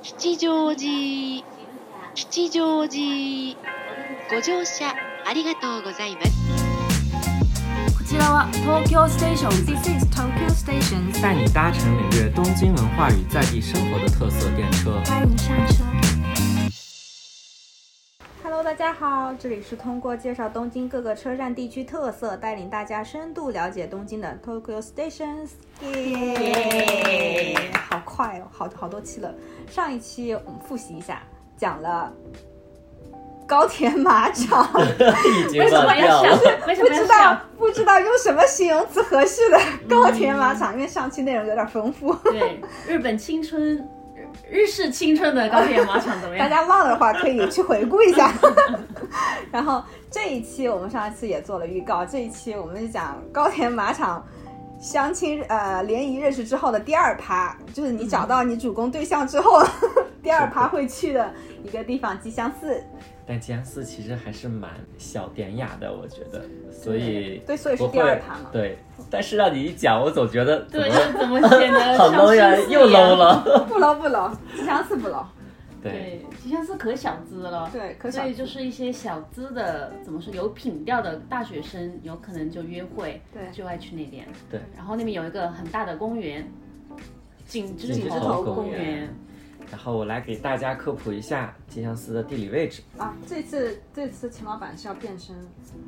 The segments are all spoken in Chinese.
吉祥寺吉祥寺ご乗車ありがとうございます。 こちらは東京ステーション。This is Tokyo Station。 带你搭乘领略东京文化与在地生活的特色电车。 欢迎上车。 Hello， 大家好，这里是通过介绍东京各个车站地区特色，带领大家深度了解东京的 Tokyo Stations。耶！好快哦，好多期了。上一期我们复习一下，讲了高铁马场， 已经忘掉了， 不知道用什么形容词合适的高铁马场，因为上期内容有点丰富。 对，日本青春。日式青春的高铁马场怎么样？ 大家忘了的话可以去回顾一下。然后这一期我们上一次也做了预告，这一期我们就讲高铁马场相亲联谊认识之后的第二趴，就是你找到你主攻对象之后，第二趴会去的一个地方，吉祥寺。 但吉祥寺其实还是蛮小典雅的，我觉得，所以是第二趴嘛。 对，但是让你一讲，我总觉得怎么显得好 low 呀，又 low 了。 不 low， 吉祥寺不 low。 对，吉祥寺可小资了。 对，可小资。 所以就是一些小资的，怎么说有品调的大学生，有可能就约会， 对， 就爱去那边。 对， 然后那边有一个很大的公园，景之头公园。 然后我来给大家科普一下吉祥寺的地理位置啊。这次秦老板是要变身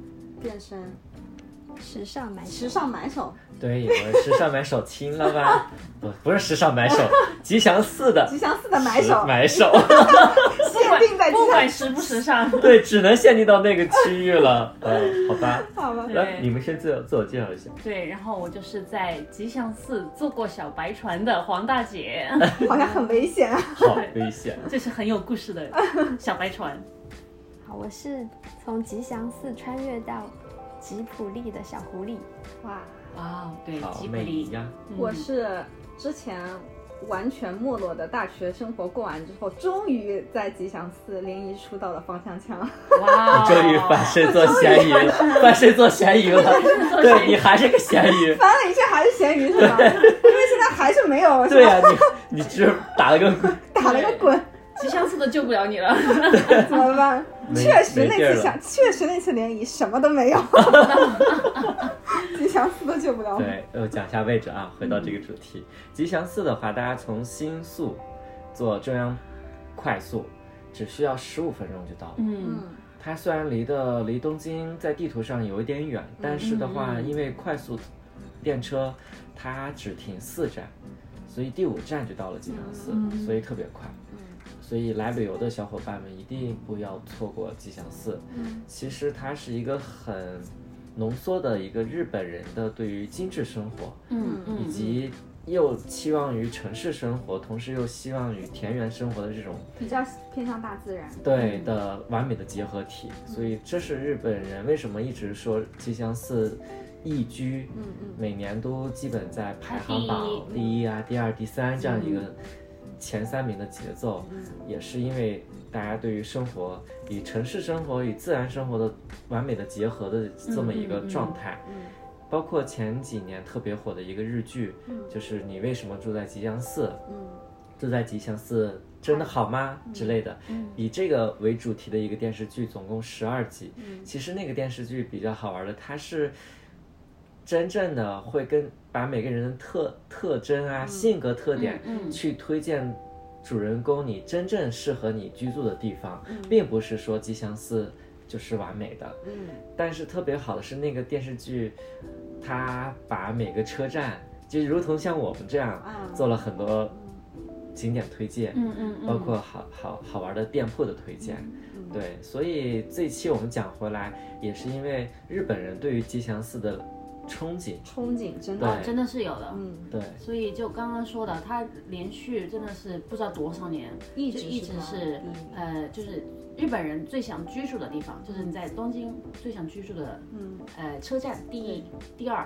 时尚买手。 对，我时尚买手亲了吧？不是时尚买手，吉祥寺的买手限定在不管时不时尚， 对，只能限定到那个区域了。好吧，来，你们先自我介绍一下。 对，然后我就是在吉祥寺坐过小白船的黄大姐， 好像很危险啊。 好危险， 这是很有故事的小白船。 好，我是从吉祥寺穿越到吉普力的小狐狸。 哇，对，吉普美力呀。 我是之前完全没落的大学生活过完之后，终于在吉祥寺联谊出道的方向枪。 哇， 你终于反身做咸鱼了，反身做咸鱼了。对，你还是个咸鱼。 翻了一圈还是咸鱼是吗？因为现在还是没有。 对呀，你只打了个滚。 吉祥寺都救不了你了， 怎么办？确实那次联谊什么都没有，吉祥寺都救不了。 对，我讲一下位置啊，回到这个主题。吉祥寺的话，大家从新宿坐中央快速只需要15分钟就到了。它虽然离东京在地图上有一点远，但是的话，因为快速电车它只停4站，所以第5站就到了吉祥寺，所以特别快。所以来旅游的小伙伴们一定不要错过吉祥寺。其实它是一个很浓缩的一个日本人的对于精致生活，以及又期望于城市生活，同时又希望于田园生活的这种比较偏向大自然对的完美的结合体。所以这是日本人为什么一直说吉祥寺宜居，每年都基本在排行榜第1啊、第2、第3这样一个前3名的节奏，也是因为大家对于生活与城市生活与自然生活的完美的结合的这么一个状态。包括前几年特别火的一个日剧，就是你为什么住在吉祥寺，住在吉祥寺真的好吗之类的，以这个为主题的一个电视剧，总共12集。其实那个电视剧比较好玩的，它是真正的会把每个人的特征啊、性格特点去推荐主人公你真正适合你居住的地方，并不是说吉祥寺就是完美的。但是特别好的是那个电视剧，它把每个车站就如同像我们这样做了很多景点推荐，包括好玩的店铺的推荐。对，所以这一期我们讲回来，也是因为日本人对于吉祥寺的憧憬真的是有的。 对， 所以就刚刚说的，他连续真的是不知道多少年，一直是就是日本人最想居住的地方，就是你在东京最想居住的车站第1、第2，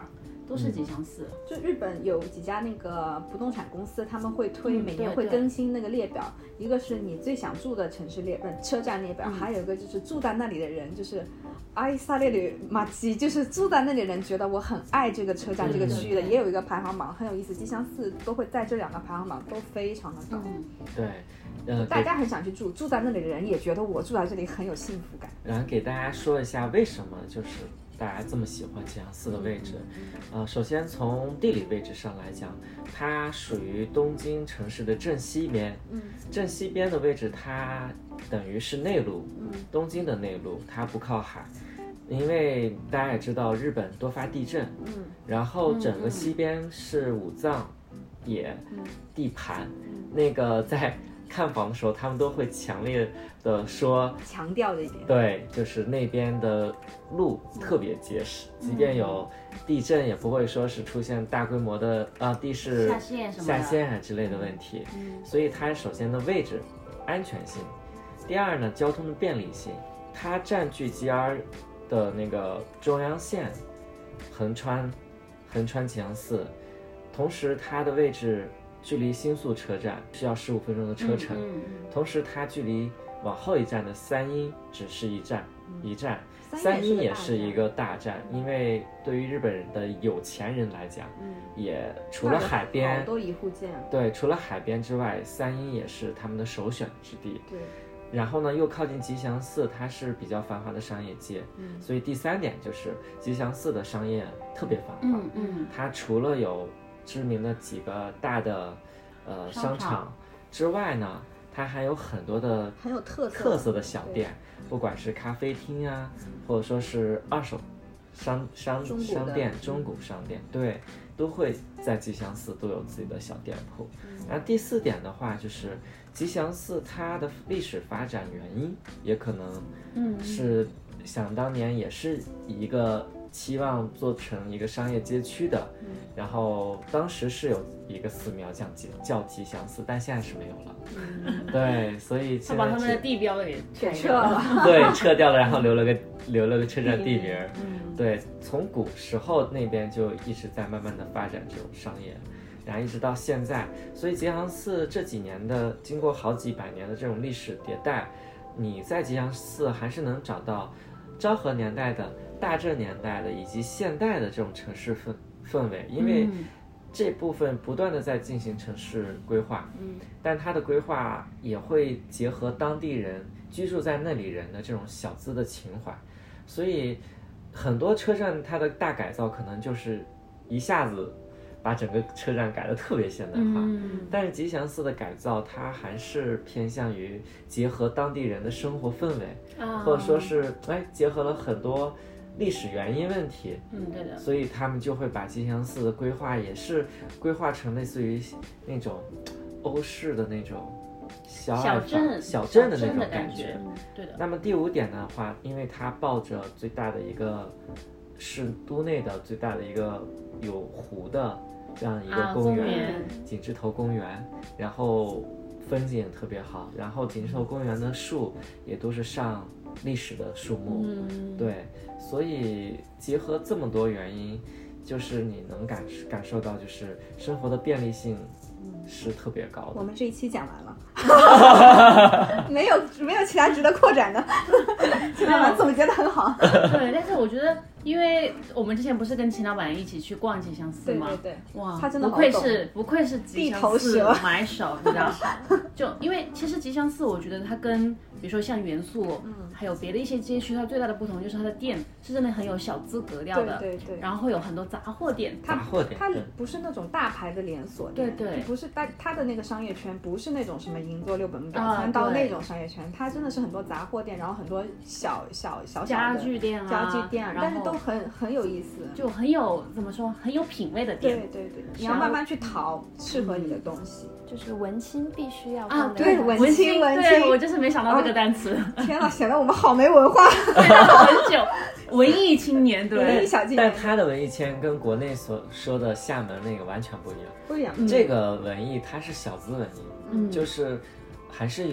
都是吉祥寺。 就日本有几家那个不动产公司，他们会推每年会对更新那个列表，一个是你最想住的城市车站列表，还有一个就是住在那里的人，就是愛される街，就是住在那里的人觉得我很爱这个车站这个区域的，也有一个排行榜，很有意思。吉祥寺都会在这2个排行榜都非常的高。 对， 大家很想去住在那里的人也觉得我住在这里很有幸福感。 然后给大家说一下为什么就是大家这么喜欢吉祥寺的位置。首先从地理位置上来讲，它属于东京城市的正西边。正西边的位置它等于是内陆，东京的内陆，它不靠海。因为大家也知道日本多发地震，然后整个西边是武藏野地盘，那个在看房的时候他们都会强烈的说， 强调的一点， 对，就是那边的路特别结实，即便有地震也不会说是出现大规模的地势下陷啊之类的问题。所以它首先的位置安全性，第二呢交通的便利性，它占据 JR 的那个中央线横穿吉祥寺，同时它的位置距离新宿车站需要15分钟的车程，同时它距离往后一站的三鹰只是一站，三鹰也是一个大站，因为对于日本人的有钱人来讲，也除了海边， 好多一户建， 对，除了海边之外，三鹰也是他们的首选之地。 对。 然后呢，又靠近吉祥寺，它是比较繁华的商业街，所以第3点就是吉祥寺的商业特别繁华。它除了有知名的几个大的商场之外呢，它还有很多的很有特色的小店，不管是咖啡厅啊，或者说是二手商店、中古商店，对，都会在吉祥寺都有自己的小店铺。然后第4点的话，就是吉祥寺它的历史发展原因，也可能是想当年也是一个期望做成一个商业街区的，然后当时是有一个寺庙叫吉祥寺，但现在是没有了。对，所以他把他们的地标给撤了， 对，撤掉了，然后留了个车站地名。对，从古时候那边就一直在慢慢的发展这种商业，然后一直到现在，所以吉祥寺这几年的经过好几百年的这种历史迭代，你在吉祥寺还是能找到昭和年代的、大正年代的以及现代的这种城市氛围，因为这部分不断的在进行城市规划，但它的规划也会结合当地人居住在那里人的这种小资的情怀，所以很多车站它的大改造可能就是一下子把整个车站改得特别现代化，但是吉祥寺的改造它还是偏向于结合当地人的生活氛围，或者说是结合了很多历史原因问题， 对的， 所以他们就会把吉祥寺的规划也是规划成类似于那种欧式的那种小镇的那种感觉。 对的。 那么第5点的话，因为它抱着最大的一个市都内的最大的一个有湖的这样一个公园，景之头公园，然后风景特别好，然后景之头公园的树也都是上历史的树木，对，所以结合这么多原因，就是你能感受到就是生活的便利性是特别高的。 我们这一期讲完了，没有其他值得扩展的，秦老板总结得很好。 对，但是我觉得，因为我们之前不是跟秦老板一起去逛吉祥寺吗？ 对， 哇， 他真的不愧是吉祥寺买手，你知道？就因为其实吉祥寺，我觉得它跟比如说像元素，还有别的一些街区，它最大的不同就是它的店是真的很有小资格调的， 对， 然后会有很多杂货店， 它不是那种大牌的连锁店， 对， 不是它的那个商业圈不是那种什么银座6本木表参道那种商业圈，它真的是很多杂货店，然后很多小家具店但是都很有意思， 就很有怎么说很有品味的店， 对，你要慢慢去淘适合你的东西。 就是文青必须要对，文青， 对，我就是没想到这个单词。 天哪，显得我们好没文化。 很久，文艺青年，对， 文艺小青年。 但他的文艺圈跟国内所说的厦门那个完全不一样。 不一样。 这个文艺它是小资文艺，就是还是有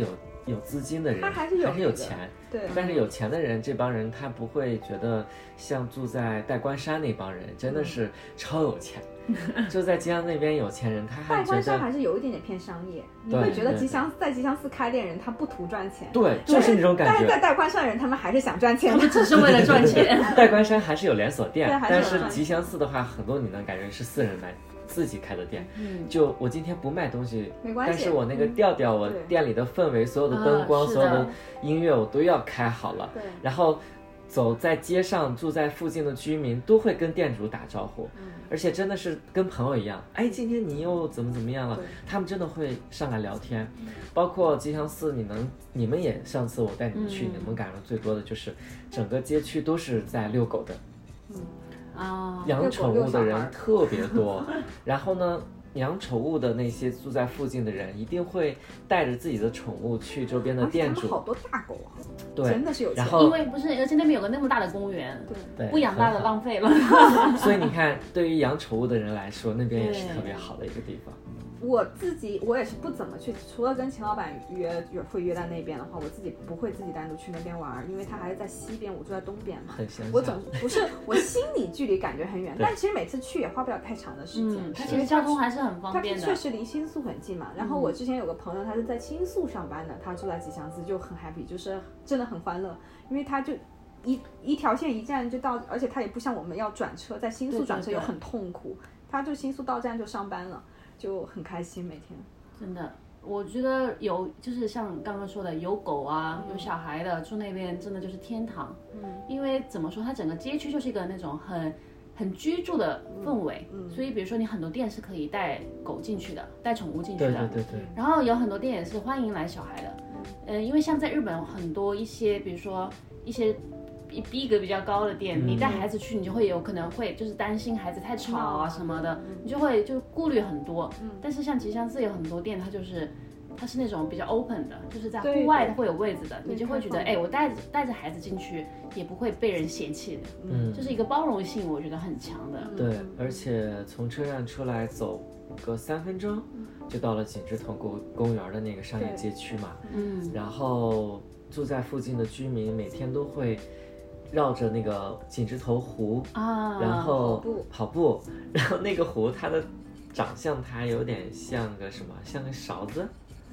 有资金的人， 他还是有钱， 对。 但是有钱的人，这帮人他不会觉得像住在代官山那帮人真的是超有钱。就在吉祥那边有钱人，他还觉得代官山还是有一点点偏商业，你会觉得在吉祥寺开店人他不图赚钱， 对，就是那种感觉。 但是在代官山人他们还是想赚钱， 他们只是为了赚钱。 代官山还是有连锁店，但是吉祥寺的话，很多你能感觉是私人来自己开的店。就我今天不卖东西没关系， 但是我那个调调，我店里的氛围，所有的灯光，所有的音乐我都要开好了。然后走在街上，住在附近的居民都会跟店主打招呼，而且真的是跟朋友一样。哎，今天你又怎么样了？他们真的会上来聊天。包括吉祥寺，你们也上次我带你们去，你们感受最多的就是整个街区都是在遛狗的，养宠物的人特别多。然后呢，养宠物的那些住在附近的人一定会带着自己的宠物去周边的店主。 他们好多大狗啊， 对， 真的是有钱。 然后因为不是，而且那边有个那么大的公园， 对， 不养大了浪费了。 所以你看，对于养宠物的人来说，那边也是特别好的一个地方。 我也是不怎么去，除了跟秦老板会约在那边的话，我自己不会自己单独去那边玩，因为他还是在西边，我住在东边嘛。 很乡下。 我总不是我心里距离感觉很远，但其实每次去也花不了太长的时间。 它其实交通还是很方便的。 它确实离新宿很近嘛。然后我之前有个朋友，他是在新宿上班的，他住在吉祥寺就很 happy， 就是真的很欢乐，因为他就一条线一站就到，而且他也不像我们要转车，在新宿转车又很痛苦，他就新宿到站就上班了。就很开心每天， 真的，我觉得就是像刚刚说的，有狗啊，有小孩的住那边，真的就是天堂。因为怎么说，它整个街区就是一个那种很居住的氛围，所以比如说你很多店是可以带狗进去的，带宠物进去的， 对。 然后有很多店也是欢迎来小孩的，因为像在日本很多一些，比如说一些逼格比较高的店，你带孩子去，你就会有可能会就是担心孩子太吵啊什么的，你就顾虑很多。但是像吉祥寺有很多店，它是那种比较 open 的，就是在户外它会有位置的，你就会觉得我带着孩子进去也不会被人嫌弃的，就是一个包容性，我觉得很强的。 对，而且从车站出来走个3分钟，就到了锦之桶公园的那个商业街区嘛。然后住在附近的居民每天都会绕着那个锦之头湖然后跑步，然后那个湖它的长相它有点像个什么，像个勺子，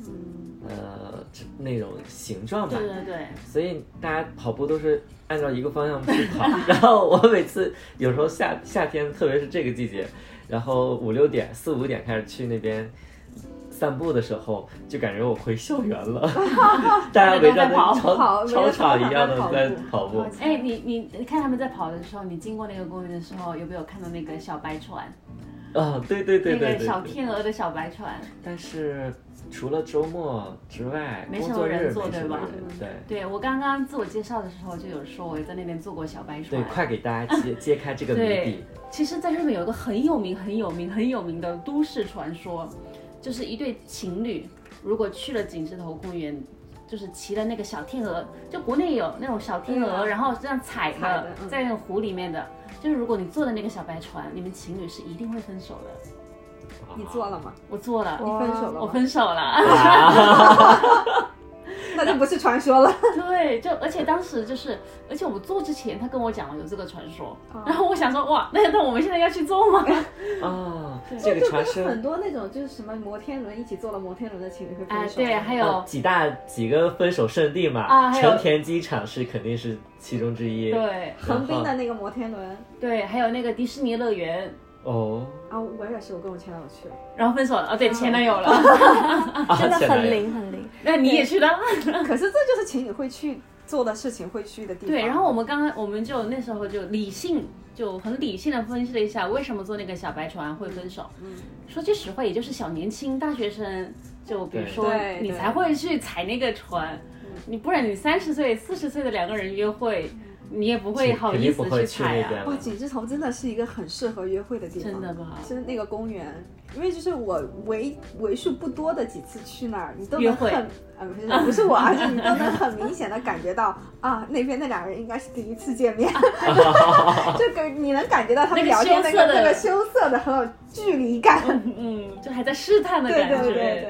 那种形状吧。 对。 所以大家跑步都是按照一个方向去跑，然后我每次有时候夏天，特别是这个季节，然后4、5点开始去那边散步的时候，就感觉我回校园了，大家围着操场一样的在跑步。 哎，你看他们在跑的时候，你经过那个公园的时候，有没有看到那个小白船？ 对， 那个小天鹅的小白船。 但是除了周末之外， 没什么人坐， 对吧？ 对，我刚刚自我介绍的时候就有说我在那边坐过小白船。 对，快给大家揭开这个谜底。 其实，在日本有一个很有名的都市传说。就是一对情侣，如果去了锦之头公园，就是骑了那个小天鹅，就国内有那种小天鹅，然后这样踩的，在那个湖里面的，就是如果你坐的那个小白船，你们情侣是一定会分手的。 你做了吗？ 我做了。 你分手了吗？ 我分手了。 那就不是传说了。 对，而且当时而且我做之前他跟我讲了有这个传说，然后我想说哇，那我们现在要去做吗？ 这个传说很多那种就是什么摩天轮一起坐了摩天轮的情侣会分手。 对，还有几个分手圣地嘛，成田机场肯定是其中之一。 对， 横滨的那个摩天轮。 对，还有那个迪士尼乐园。 我也是，我跟我前男友去了， 然后分手了。对，前男友了。 真的很灵。 那你也去了？ 可是这就是情侣会去做的事情，会去的地方。 对，然后我们就那时候就很理性的分析了一下为什么坐那个小白船会分手。说句实话，也就是小年轻大学生，就比如说你才会去踩那个船，你不然你30岁、40岁的2个人约会。你也不会好意思去踩啊！ 锦之头真的是一个很适合约会的地方， 真的吗？ 是那个公园，因为就是我为数不多的几次去那儿，你都约会， 不是我，而是你都能很明显的感觉到那边那2个人应该是第一次见面，就你能感觉到他们聊天那个羞涩的很有距离感， 就还在试探的感觉。 对。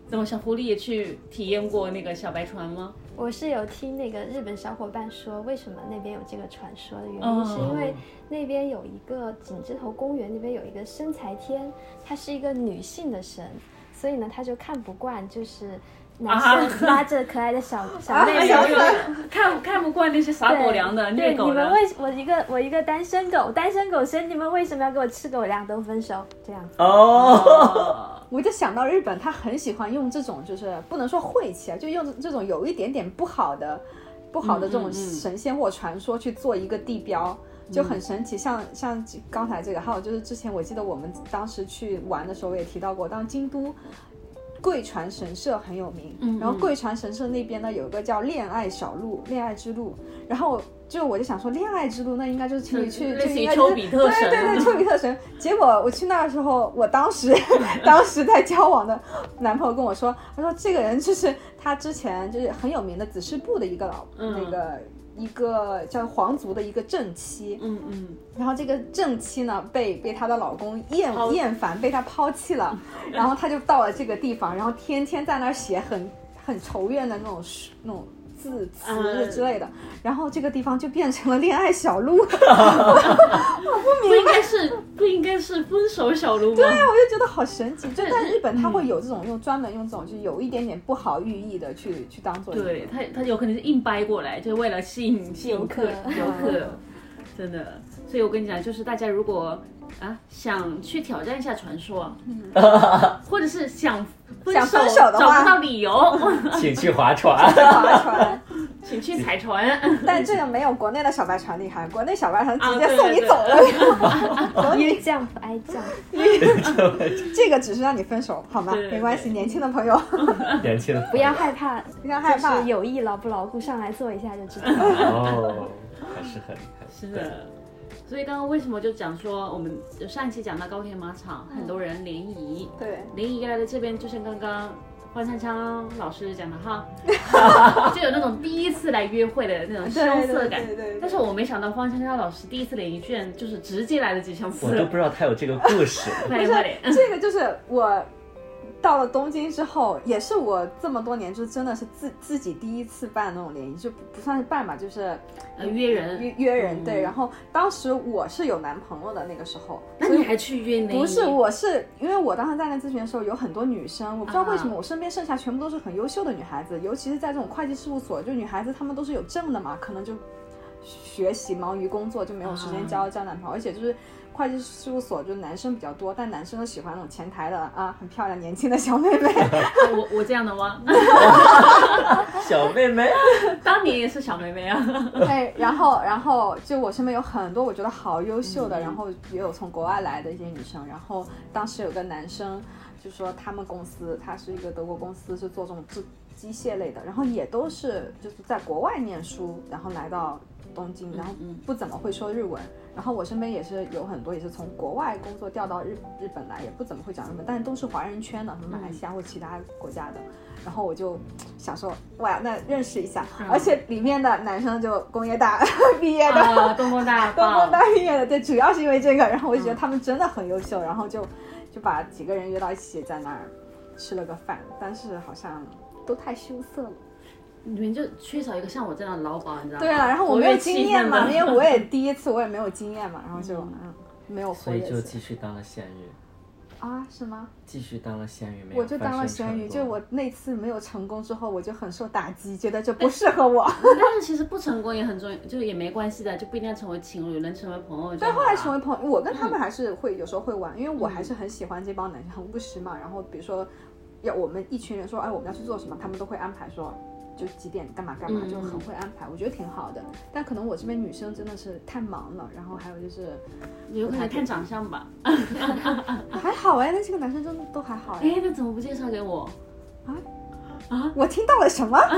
怎么小狐狸也去体验过那个小白船吗？ 我是有听那个日本小伙伴说，为什么那边有这个传说的原因，是因为那边有一个景之头公园那边有一个生财天，她是一个女性的神，所以呢他就看不惯就是男生拉着可爱的小妹妹， 看不惯那些撒狗粮的虐狗的。 你们我一个单身狗神，你们为什么要给我吃狗粮都分手这样子？ 我就想到日本，他很喜欢用这种，就是不能说晦气啊，就用这种有一点点不好的这种神仙或传说去做一个地标，就很神奇。像刚才这个，还有就是之前我记得我们当时去玩的时候也提到过，当京都贵船神社很有名，然后贵船神社那边呢有一个叫恋爱之路，然后我就想说恋爱之路那应该就是情侣去， 类似于丘比特神， 对丘比特神。结果我去那的时候，我当时在交往的男朋友跟我说，他说这个人就是他之前就是很有名的子师部的一个一个叫皇族的一个正妻，然后这个正妻呢被她的老公厌烦，被她抛弃了，然后她就到了这个地方，然后天天在那儿写很愁怨的那种字词之类的，然后这个地方就变成了恋爱小路。我不明白， 不应该是分手小路吗？ 对，我就觉得好神奇。就在日本，他会有这种专门用这种就有一点点不好寓意的去当做。 对，他有可能是硬掰过来，就是为了吸引游客，真的。所以我跟你讲，就是大家如果想去挑战一下传说，或者是想分手的话，找不到理由， 请去划船， 请去踩船。 但这个没有国内的小白船厉害，国内小白船直接送你走了。 You jump, I jump。 这个只是让你分手，好吗？没关系，年轻的朋友， 不要害怕， 就是友谊牢不牢固，上来坐一下就知道了。 哦，还是很厉害。 是的。所以刚刚为什么就讲说，我们上一期讲到高田马场，很多人联谊， 对， 联谊来的这边，就像刚刚方昌昌老师讲的哈，就有那种第一次来约会的那种羞涩感。对。但是我没想到方昌昌老师第一次联谊居然就是直接来的吉祥寺， 我都不知道他有这个故事。 快点， 这个就是我到了东京之后，也是我这么多年就真的是自己第一次办那种联谊，就不算是办吧，就是约人。 对。然后当时我是有男朋友的那个时候， 那你还去约联谊？ 不是，我是因为我当时在那咨询的时候有很多女生，我不知道为什么我身边剩下全部都是很优秀的女孩子，尤其是在这种会计事务所，就女孩子她们都是有证的嘛，可能就学习忙于工作就没有时间交男朋友，而且就是会计事务所就男生比较多，但男生都喜欢那种前台的很漂亮年轻的小妹妹。 我这样的吗？ 小妹妹， 当年也是小妹妹啊。 对，然后就我身边有很多我觉得好优秀的，然后也有从国外来的一些女生，然后当时有个男生就说他们公司，他是一个德国公司，是做这种机械类的，然后也都是就是在国外念书，然后来到东京，然后不怎么会说日文，然后我身边也是有很多也是从国外工作调到日本来，也不怎么会讲日本，但是都是华人圈的，什么马来西亚或其他国家的，然后我就想说哇，那认识一下，而且里面的男生就工业大毕业的， 东工大毕业的，对，主要是因为这个，然后我就觉得他们真的很优秀，然后就把几个人约到一起在那儿吃了个饭，但是好像都太羞涩了。 里面就缺少一个像我这样的老鸨，你知道吗？ 对了，然后我没有经验嘛，因为我也第一次，我也没有经验嘛，然后就没有活跃。 所以就继续当了咸鱼。 是吗？ 继续当了咸鱼， 我就当了咸鱼，就我那次没有成功之后，我就很受打击，觉得这不适合我。 但是其实不成功也很重要，就也没关系的，就不一定要成为情侣，能成为朋友就好。 对，后来成为朋友，我跟他们还是会有时候会玩，因为我还是很喜欢这帮男生，很务实嘛。然后比如说，我们一群人说，我们要去做什么，他们都会安排说。就几点干嘛，就很会安排，我觉得挺好的。但可能我这边女生真的是太忙了，然后还有就是有可能看长相吧。 还好那这个男生真的都还好那怎么不介绍给我？ 我听到了什么？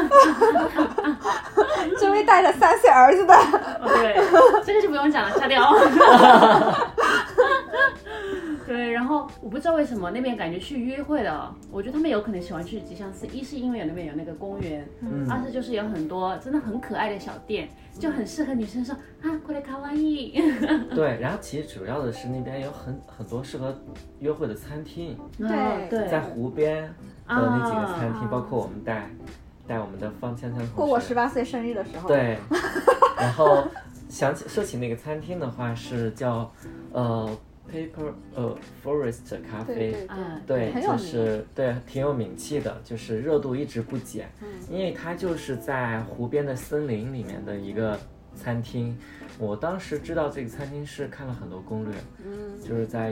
这位带着3岁儿子的。 对，这个就不用讲了，下掉。对，然后我不知道为什么那边感觉去约会的，我觉得他们有可能喜欢去吉祥寺，一是因为那边有那个公园，二是就是有很多真的很可爱的小店，就很适合女生说过来卡哇伊。 对，然后其实主要的是那边有很多适合约会的餐厅， 对， 在湖边， 那几个餐厅，包括我们带我们的方锵锵同学过我18岁生日的时候， 对，然后说起那个餐厅的话，是叫Paper Forest 咖啡，对，就是对挺有名气的，就是热度一直不减，因为它就是在湖边的森林里面的一个餐厅。我当时知道这个餐厅是看了很多攻略，就是在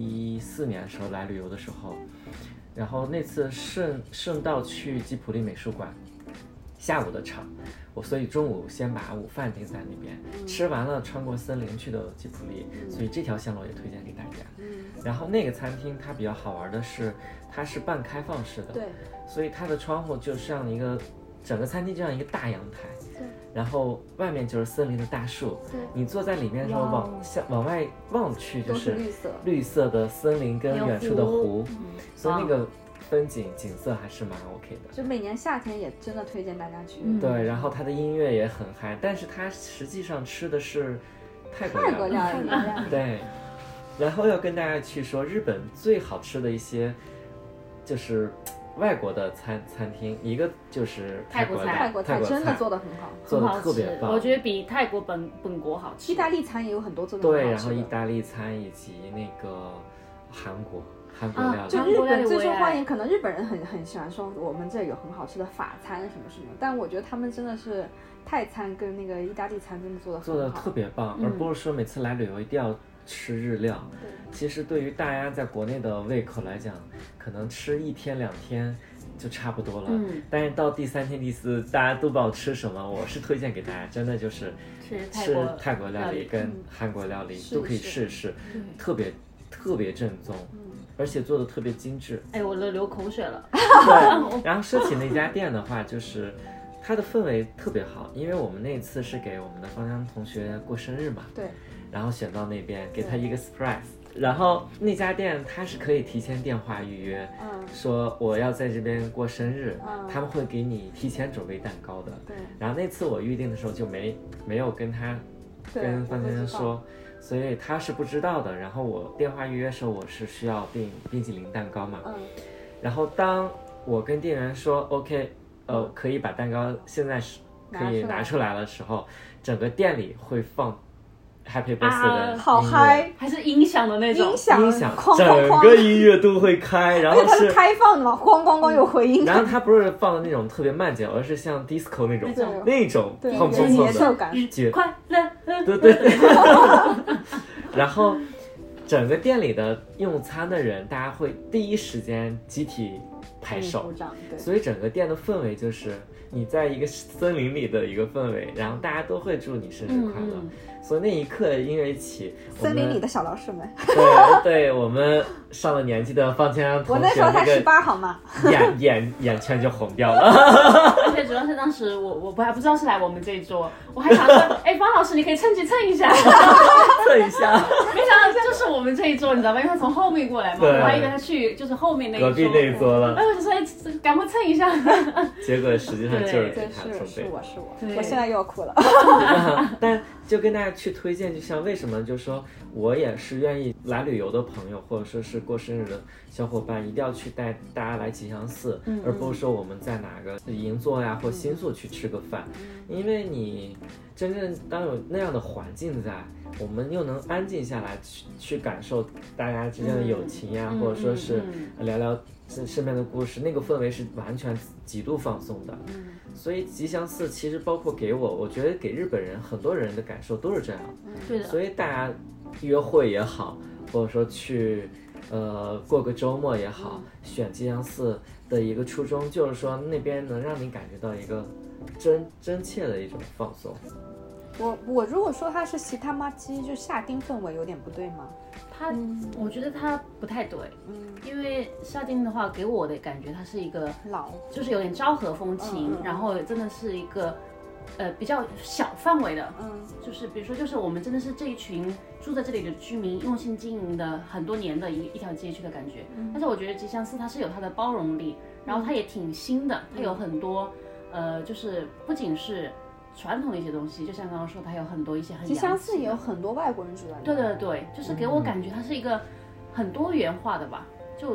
14年的时候来旅游的时候，然后那次顺道去吉普力美术馆，下午的场，所以中午先把午饭订在那边，吃完了穿过森林去的吉普力，所以这条线路也推荐给大家。然后那个餐厅它比较好玩的是，它是半开放式的， 对， 所以它的窗户就像一个整个餐厅就像一个大阳台，然后外面就是森林的大树，你坐在里面的时候往外望去就是绿色的森林跟远处的湖，所以那个景色还是蛮 OK 的， 就每年夏天也真的推荐大家去。 对，然后它的音乐也很嗨，但是它实际上吃的是泰国料理，对。然后要跟大家去说日本最好吃的一些就是外国的餐厅，一个就是泰国菜真的做得很好， 做得特别棒， 我觉得比泰国本国好吃。 意大利餐也有很多做得很好吃的， 对，然后意大利餐以及那个韩国料理， 就日本最受欢迎，可能日本人很喜欢说我们这有很好吃的法餐什么什么，但我觉得他们真的是泰餐跟那个意大利餐真的做得特别棒，而不是说每次来旅游一定要吃日料。其实对于大家在国内的胃口来讲，可能吃1天2天就差不多了，但是到第3天第4，大家都不知道吃什么，我是推荐给大家，真的就是吃泰国料理跟韩国料理都可以试试，特别正宗，而且做的特别精致。 哎，我都流口水了。 对，然后说起那家店的话，就是它的氛围特别好，因为我们那次是给我们的方江同学过生日嘛， 对， 然后选到那边给他一个 surprise， 然后那家店它是可以提前电话预约，说我要在这边过生日，他们会给你提前准备蛋糕的。 对， 然后那次我预定的时候就没有跟方先生说，所以他是不知道的。然后我电话预约的时候我是需要订冰淇淋蛋糕嘛，然后当我跟店员说 OK，可以把蛋糕现在是可以拿出来的时候，整个店里会放Happy Birthday 的好嗨， 还是音响的那种音响整个音乐都会开，然后它是开放的嘛，咣咣咣有回音。 然后它不是放的那种特别慢节奏，而是像 disco 那种砰砰砰的快乐， 对。然后整个店里的用餐的人，大家会第一时间集体拍手，所以整个店的氛围就是你在一个森林里的一个氛围，然后大家都会祝你生日快乐。所以那一刻音乐一起， 森林里的小老鼠们， 对，我们上了年纪的方千同学， 我那时候才18好吗？ 眼圈就红掉了。 而且主要是当时我还不知道是来我们这一桌，我还想说，哎，方老师你可以蹭一下， 蹭一下。 没想到就是我们这一桌，你知道吧？因为他从后面过来嘛，我还以为他去就是后面那一桌， 隔壁那一桌了。 哎，我就说，哎，赶快蹭一下。 结果实际上就是给他准备。 是我现在又要哭了。 但就跟大家去推荐，就像为什么就说我也是愿意来旅游的朋友，或者说是过生日的小伙伴，一定要去带大家来吉祥寺，而不是说我们在哪个银座呀或新宿去吃个饭，因为你真正当有那样的环境在，我们又能安静下来去感受大家之间的友情呀，或者说是聊聊身边的故事，那个氛围是完全极度放松的。所以吉祥寺其实包括给我觉得给日本人很多人的感受都是这样。 对的。 所以大家约会也好，或者说去过个周末也好，选吉祥寺的一个初衷就是说那边能让你感觉到一个真切的一种放松。 我如果说它是西他妈鸡，就夏丁氛围有点不对吗？ 我觉得它不太对，因为夏丁的话给我的感觉它是一个就是有点昭和风情，然后真的是一个比较小范围的，就是比如说就是我们真的是这一群住在这里的居民用心经营的很多年的一条街区的感觉。但是我觉得吉祥寺它是有它的包容力，然后它也挺新的，它有很多就是不仅是传统的一些东西，就像刚刚说，它有很多一些很吉祥寺也有很多外国人住在那。 对，就是给我感觉它是一个很多元化的吧，就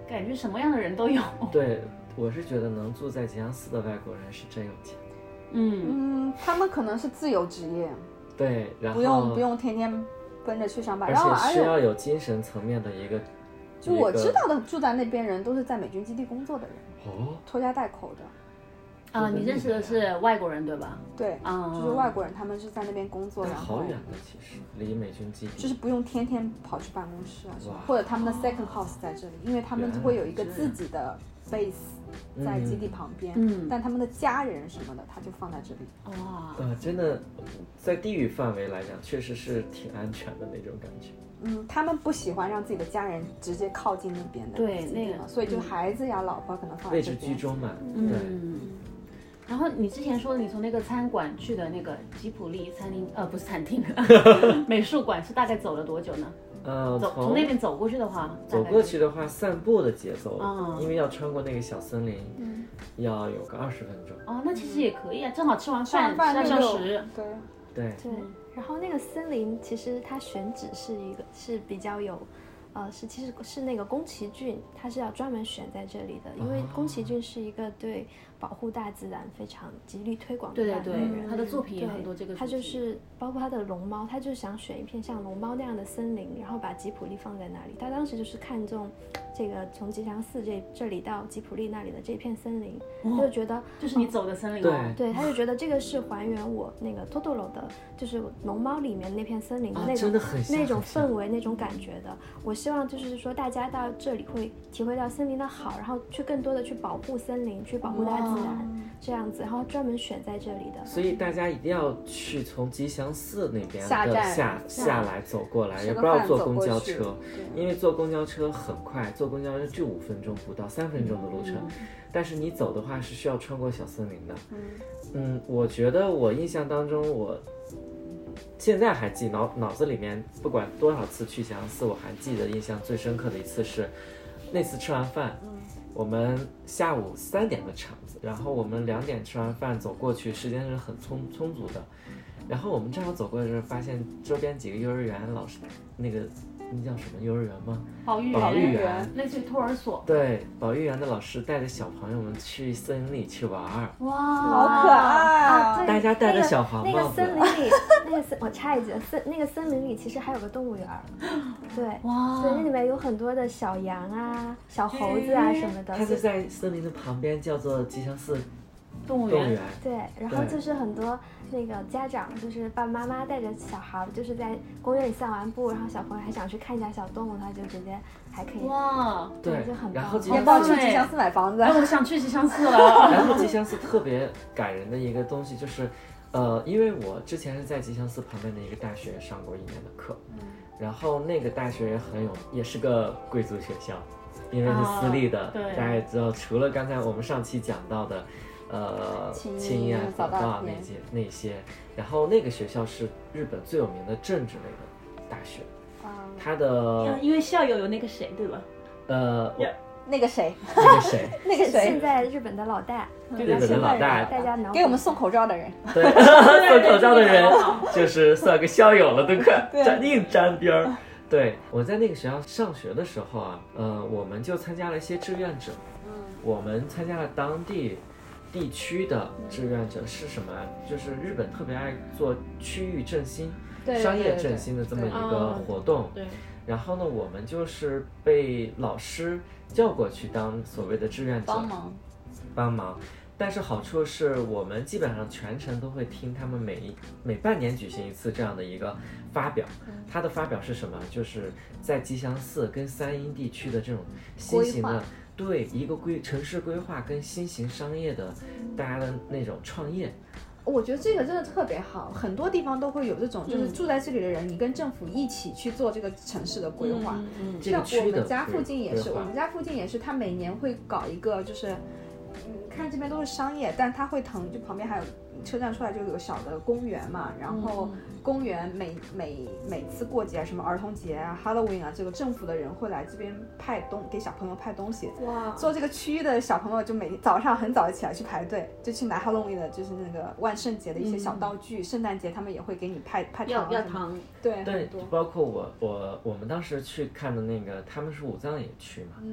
感觉什么样的人都有。 对，我是觉得能住在吉祥寺的外国人是真有钱。 他们可能是自由职业， 对，然后不用天天奔着去上班， 而然后且需要有精神层面的一个。 就我知道的住在那边人都是在美军基地工作的人，拖家带口的。 你认识的是外国人对吧？ 对，就是外国人，他们是在那边工作，然后好远的，其实离美军基地就是不用天天跑去办公室啊，或者他们的 second house 在这里，因为他们会有一个自己的 base 在基地旁边，但他们的家人什么的他就放在这里。 哇， 真的在地域范围来讲确实是挺安全的那种感觉。 他们不喜欢让自己的家人直接靠近那边的， 对那个， 所以就孩子呀、老婆可能放在这边位置居中嘛，对。 然后你之前说你从那个餐馆去的那个吉普力餐厅，不是餐厅，美术馆是大概走了多久呢？从那边走过去的话， 散步的节奏，因为要穿过那个小森林，要有个20分钟。 那其实也可以啊，正好吃完饭2小时。 对。 然后那个森林其实它选址是比较有。其实是那个宫崎骏，他是要专门选在这里的，因为宫崎骏是一个对保护大自然非常极力推广的人。 对，他的作品也很多这个主题。 他就是包括他的龙猫，他就想选一片像龙猫那样的森林，然后把吉普力放在那里。他当时就是看中这个从吉祥寺这里到吉普力那里的这片森林，他就觉得就是你走的森林。 对，他就觉得这个是还原我那个托托罗的，就是龙猫里面那片森林的那种那种氛围、那种感觉的。我希望就是说大家到这里会体会到森林的好，然后去更多的去保护森林，去保护大自然，这样子，然后专门选在这里的。 所以大家一定要去从吉祥寺那边下来走过来，也不要坐公交车，因为坐公交车很快，坐公交车就5分钟不到3分钟的路程，但是你走的话是需要穿过小森林的。我觉得我印象当中，我现在还记脑子里面不管多少次去吉祥寺，我还记得印象最深刻的一次是那次吃完饭，我们下午3点的场子，然后我们2点吃完饭走过去，时间是很充足的，然后我们正好走过的时候发现周边几个幼儿园老师那叫什么幼儿园吗？ 保育园，类似于托儿所。 对，保育园的老师带着小朋友们去森林里去玩。 哇，好可爱啊！ 大家戴着小黄帽子。 那个森林里，我插一句，那个森林里其实还有个动物园。对，哇，所以那里面有很多的小羊啊、小猴子啊什么的。 它就在森林的旁边，叫做吉祥寺动物园。 对，然后就是很多那个家长，就是爸爸妈妈带着小孩，就是在公园里散完步，然后小朋友还想去看一下小动物，他就直接还可以。 哇， 对，就很棒。 然后要不要去吉祥寺买房子？ 我想去吉祥寺了。 然后吉祥寺特别感人的一个东西就是，因为我之前是在吉祥寺旁边的一个大学上过1年的课，然后那个大学也是个贵族学校，因为是私立的，大家也知道，除了刚才我们上期讲到的。清一啊、早稻那些，然后那个学校是日本最有名的政治类的大学，它的因为校友有那个谁对吧？ 那个谁， 现在日本的老大，大家给我们送口罩的人， 对，送口罩的人就是算个校友了，都快硬沾边儿。对，我在那个学校上学的时候啊，我们就参加了一些志愿者，我们参加了当地区的志愿者是什么？就是日本特别爱做区域振兴、商业振兴的这么一个活动。 对。 然后呢，我们就是被老师叫过去当所谓的志愿者，帮忙。但是好处是我们基本上全程都会听他们每半年举行一次这样的一个发表。他的发表是什么？就是在吉祥寺跟三阴地区的这种新型的。对一个城市规划跟新型商业的大家的那种创业， 我觉得这个真的特别好，很多地方都会有这种，就是住在这里的人，你跟政府一起去做这个城市的规划。像我们家附近也是，他每年会搞一个，就是看这边都是商业，但他会就旁边还有车站出来就有个小的公园嘛，然后公园每次过节什么儿童节啊 Halloween 啊，这个政府的人会来这边给小朋友派东西。哇！做这个区域的小朋友就每早上很早起来去排队，就去拿 Halloween 的，就是那个万圣节的一些小道具。圣诞节他们也会给你派糖。 要糖。 对，包括我们当时去看的那个，他们是武藏野区嘛。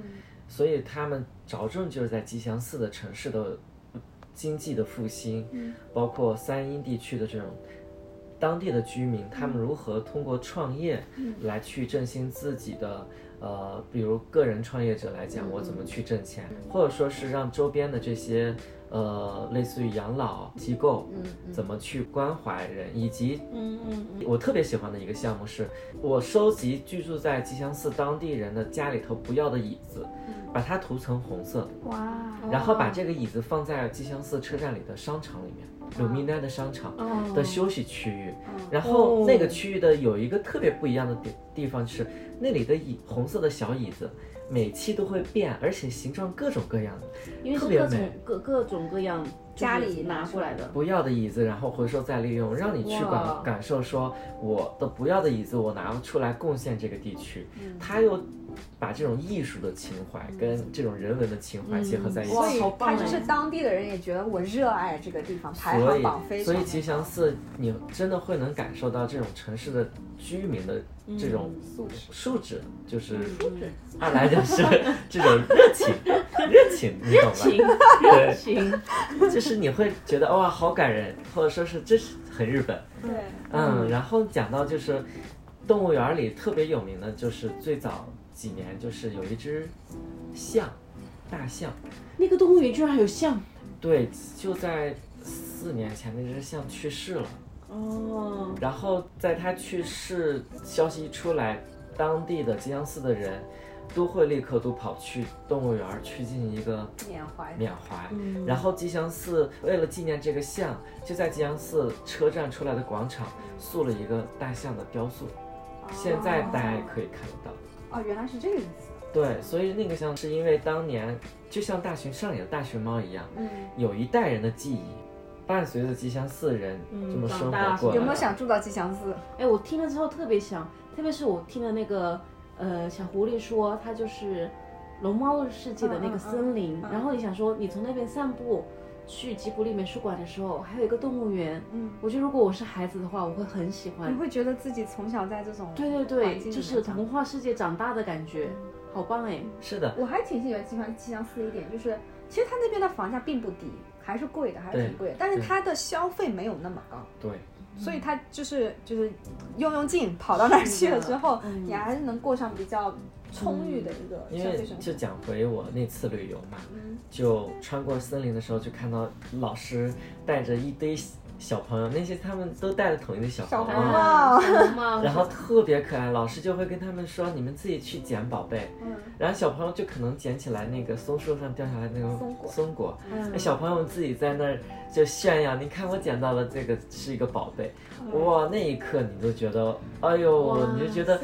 所以他们着重就是在吉祥寺的城市的经济的复兴，包括三阴地区的这种当地的居民，他们如何通过创业来去振兴自己的比如个人创业者来讲，我怎么去挣钱，或者说是让周边的这些类似于养老机构怎么去关怀人，以及我特别喜欢的一个项目是，我收集居住在吉祥寺当地人的家里头不要的椅子，把它涂成红色的， 哇， 然后把这个椅子放在吉祥寺车站里的商场里面，鲁米奈的商场的休息区域，然后那个区域的有一个特别不一样的地方是，那里的红色的小椅子每期都会变，而且形状各种各样的， 因为是各种各样家里拿过来的不要的椅子，然后回收再利用，让你去感受说我的不要的椅子我拿出来贡献这个地区，它又把这种艺术的情怀跟这种人文的情怀结合在一起， 所以他就是当地的人也觉得我热爱这个地方，排行榜非常所以吉祥寺你真的会能感受到这种城市的居民的这种素质，就是二来就是这种热情，你懂吧？ 热情， 就是你会觉得哇好感人，或者说是这是很日本。 对， 然后讲到就是动物园里特别有名的就是最早几年就是有一只大象， 那个动物园居然还有象？ 对，就在4年前那只象去世了。然后在它去世消息一出来，当地的吉祥寺的人都会立刻都跑去动物园去进行一个缅怀。然后吉祥寺为了纪念这个象，就在吉祥寺车站出来的广场塑了一个大象的雕塑，现在大家也可以看得到。 原来是这个意思。 对，所以那个象是因为当年就像上野的大熊猫一样，有一代人的记忆伴随着吉祥寺人这么生活过来。 有没有想住到吉祥寺？ 我听了之后特别想，特别是我听了那个小狐狸说它就是龙猫世界的那个森林，然后你想说你从那边散步去吉卜力美术馆的时候还有一个动物园，我觉得如果我是孩子的话我会很喜欢。 你会觉得自己从小在这种对，就是童话世界长大的感觉，好棒哎！ 是的， 我还挺喜欢吉祥寺一点，就是其实它那边的房价并不低，还是贵的，还是挺贵的，但是它的消费没有那么高。 对， 所以它就是用劲跑到那儿去了之后，你还是能过上比较充裕的一个消费生活。 就讲回我那次旅游嘛，就穿过森林的时候，就看到老师带着一堆小朋友，那些他们都戴着统一的小红帽，然后特别可爱。老师就会跟他们说，你们自己去捡宝贝。然后小朋友就可能捡起来那个松树上掉下来那个松果，小朋友自己在那儿就炫耀，你看我捡到了这个是一个宝贝。哇，那一刻你都觉得，哎呦，你就觉得。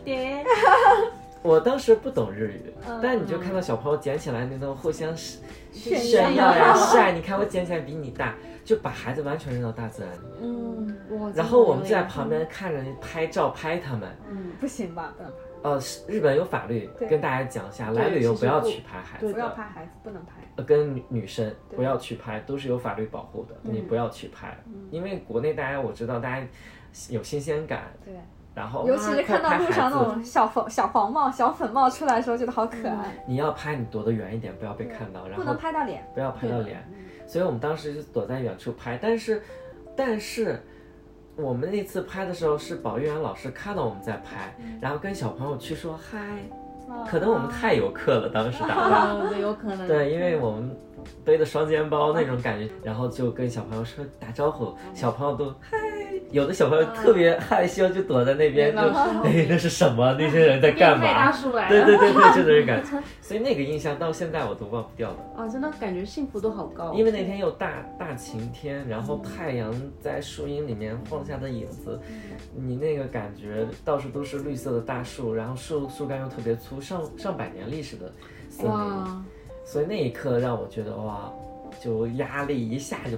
我当时不懂日语，但你就看到小朋友捡起来那种互相炫耀呀晒，你看我捡起来比你大，就把孩子完全扔到大自然里。然后我们就在旁边看着拍照拍他们。 不行吧？不能拍。 日本有法律跟大家讲一下，来旅游不要去拍孩子， 不要拍孩子，不能拍。 跟女生不要去拍，都是有法律保护的，你不要去拍，因为国内我知道大家有新鲜感。对。然后尤其是看到路上那种小黄帽、小粉帽出来的时候，觉得好可爱。 你要拍，你躲得远一点，不要被看到，然后不能拍到脸， 不要拍到脸。所以我们当时就躲在远处拍，但是我们那次拍的时候是保育员老师看到我们在拍，然后跟小朋友去说嗨，可能我们太游客了，当时打扮有可能。 对，因为我们背着双肩包那种感觉，然后就跟小朋友说打招呼，小朋友都嗨。有的小朋友特别害羞，就躲在那边，就那是什么？那些人在干嘛？对，就这种感觉。所以那个印象到现在我都忘不掉了。 真的感觉幸福度好高。 因为那天有大晴天，然后太阳在树荫里面晃下的影子，你那个感觉到处都是绿色的大树，然后树干又特别粗，上百年历史的森林。所以那一刻让我觉得哇，就压力一下就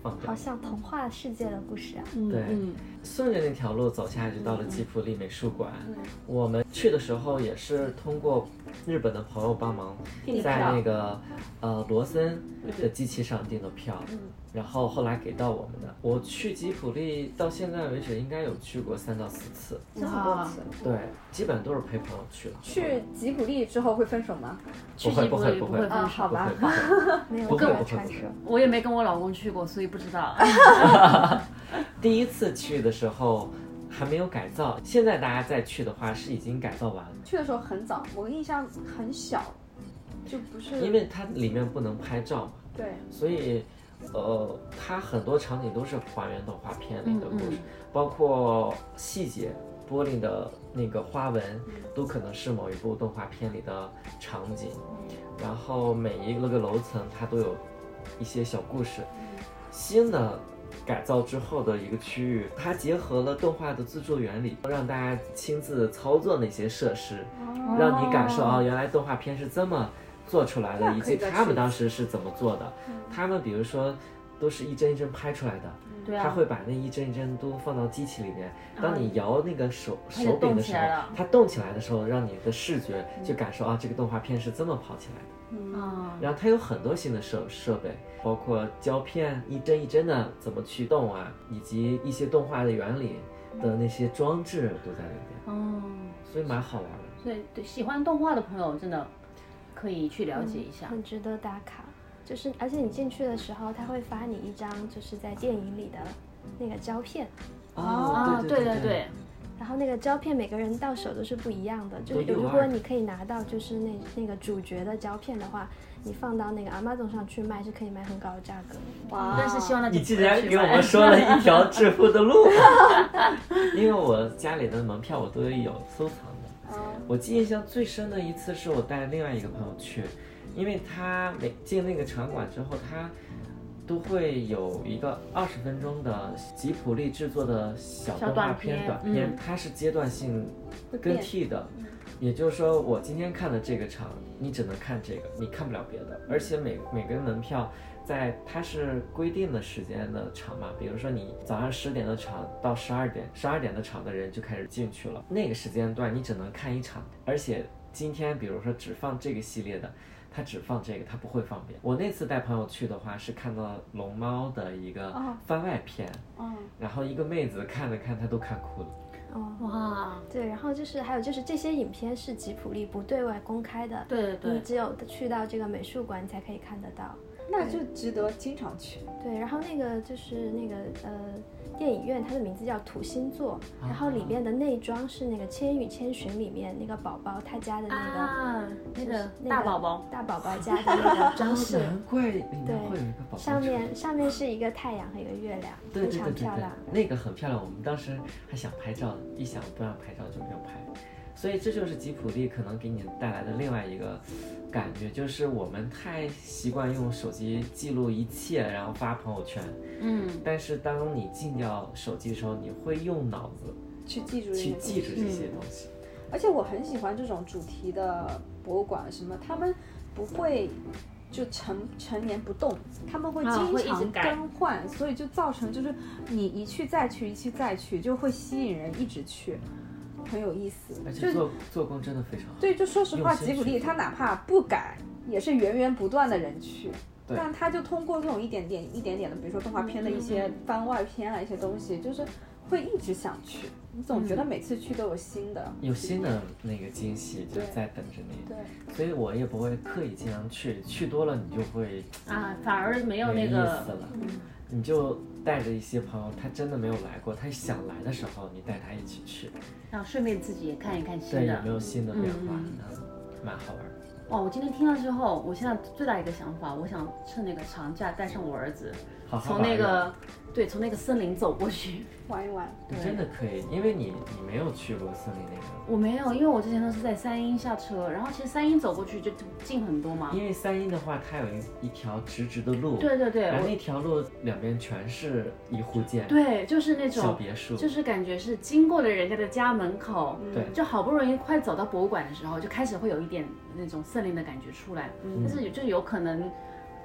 放掉。 好像童话世界的故事啊。 对，顺着那条路走下去，就到了吉卜力美术馆。我们去的时候也是通过日本的朋友帮忙，在那个罗森的机器上订的票，然后后来给到我们的。我去吉卜力到现在为止应该有去过3到4次， 这么多次。 对，基本都是陪朋友去了。 去吉卜力之后会分手吗？ 去吉卜力不会分手， 好吧， 没有不会这个传说。 我也没跟我老公去过，所以不知道。 第一次去的时候还没有改造，现在大家再去的话是已经改造完了。 去的时候很早，我印象很小，就不是因为它里面不能拍照嘛， 对， 所以它很多场景都是还原动画片里的故事，包括细节、玻璃的那个花纹，都可能是某一部动画片里的场景。然后每一个楼层它都有一些小故事。新的改造之后的一个区域，它结合了动画的制作原理，让大家亲自操作那些设施，让你感受啊，原来动画片是这么做出来的，以及他们当时是怎么做的。他们比如说都是一帧一帧拍出来的，他会把那一帧一帧都放到机器里面。当你摇那个手柄的时候，它动起来的时候，让你的视觉就感受啊，这个动画片是这么跑起来的。然后它有很多新的设备，包括胶片一帧一帧的怎么去动啊，以及一些动画的原理的那些装置都在里边。所以蛮好玩的。 所以对喜欢动画的朋友真的可以去了解一下， 很值得打卡。就是而且你进去的时候，他会发你一张就是在电影里的那个胶片。 对。 然后那个胶片每个人到手都是不一样的，就是如果你可以拿到就是那个主角的胶片的话，你放到那个 Amazon 上去卖是可以卖很高的价格。 哇！ 但是希望那你竟然给我们说了一条致富的路，因为我家里的门票我都有收藏的。我记印象最深的一次是我带另外一个朋友去，因为他每进那个场馆之后，他都会有一个20分钟的吉卜力制作的小动画片短片，它是阶段性更替的。也就是说，我今天看的这个场，你只能看这个，你看不了别的。而且每个门票它是规定的时间的场嘛，比如说你早上10点的场到12点的场的人就开始进去了，那个时间段你只能看一场，而且今天比如说只放这个系列的。他只放这个，他不会放别的。我那次带朋友去的话，是看到龙猫的一个番外篇，然后一个妹子看了看，她都看哭了。 哇，对，然后还有就是这些影片是吉卜力不对外公开的， 对， 你只有去到这个美术馆才可以看得到， 那就值得经常去。 对，然后那个就是那个电影院，它的名字叫土星座，然后里面的内装是那个《千与千寻》里面那个宝宝他家的那个大宝宝家的那个装饰， 难怪里面会有一个宝宝。 上面是一个太阳和一个月亮，非常漂亮。 那个很漂亮，我们当时还想拍照，一想不让拍照就没有拍。所以这就是吉卜力可能给你带来的另外一个感觉，就是我们太习惯用手机记录一切，然后发朋友圈。但是当你禁掉手机的时候，你会用脑子去记住这些东西。 而且我很喜欢这种主题的博物馆，什么他们不会就成年不动，他们会经常更换，所以就造成就是你一去再去，一去再去，就会吸引人一直去。很有意思， 而且做工真的非常好。 对，就说实话，吉卜力他哪怕不改，也是源源不断的人去。但他就通过这种一点点的，比如说动画片的一些番外篇啊，一些东西，就是会一直想去。你总觉得每次去都有新的， 有新的那个惊喜就在等着你。 对， 所以我也不会刻意经常去多了你就会反而没有那个意思了。你就带着一些朋友，他真的没有来过，他想来的时候，你带他一起去， 然后顺便自己也看一看新的， 对，有没有新的变化，蛮好玩的。 哇，我今天听了之后，我现在最大一个想法，我想趁那个长假带上我儿子，从那个森林走过去玩一玩。 你真的可以，因为你没有去过森林那个。 我没有，因为我之前都是在三鹰下车，然后其实三鹰走过去就近很多嘛。 因为三鹰的话，它有一条直的路。 对， 然后那条路两边全是一户建。 对，就是那种小别墅， 就是感觉是经过了人家的家门口， 对， 就好不容易快走到博物馆的时候，就开始会有一点那种森林的感觉出来，但是就有可能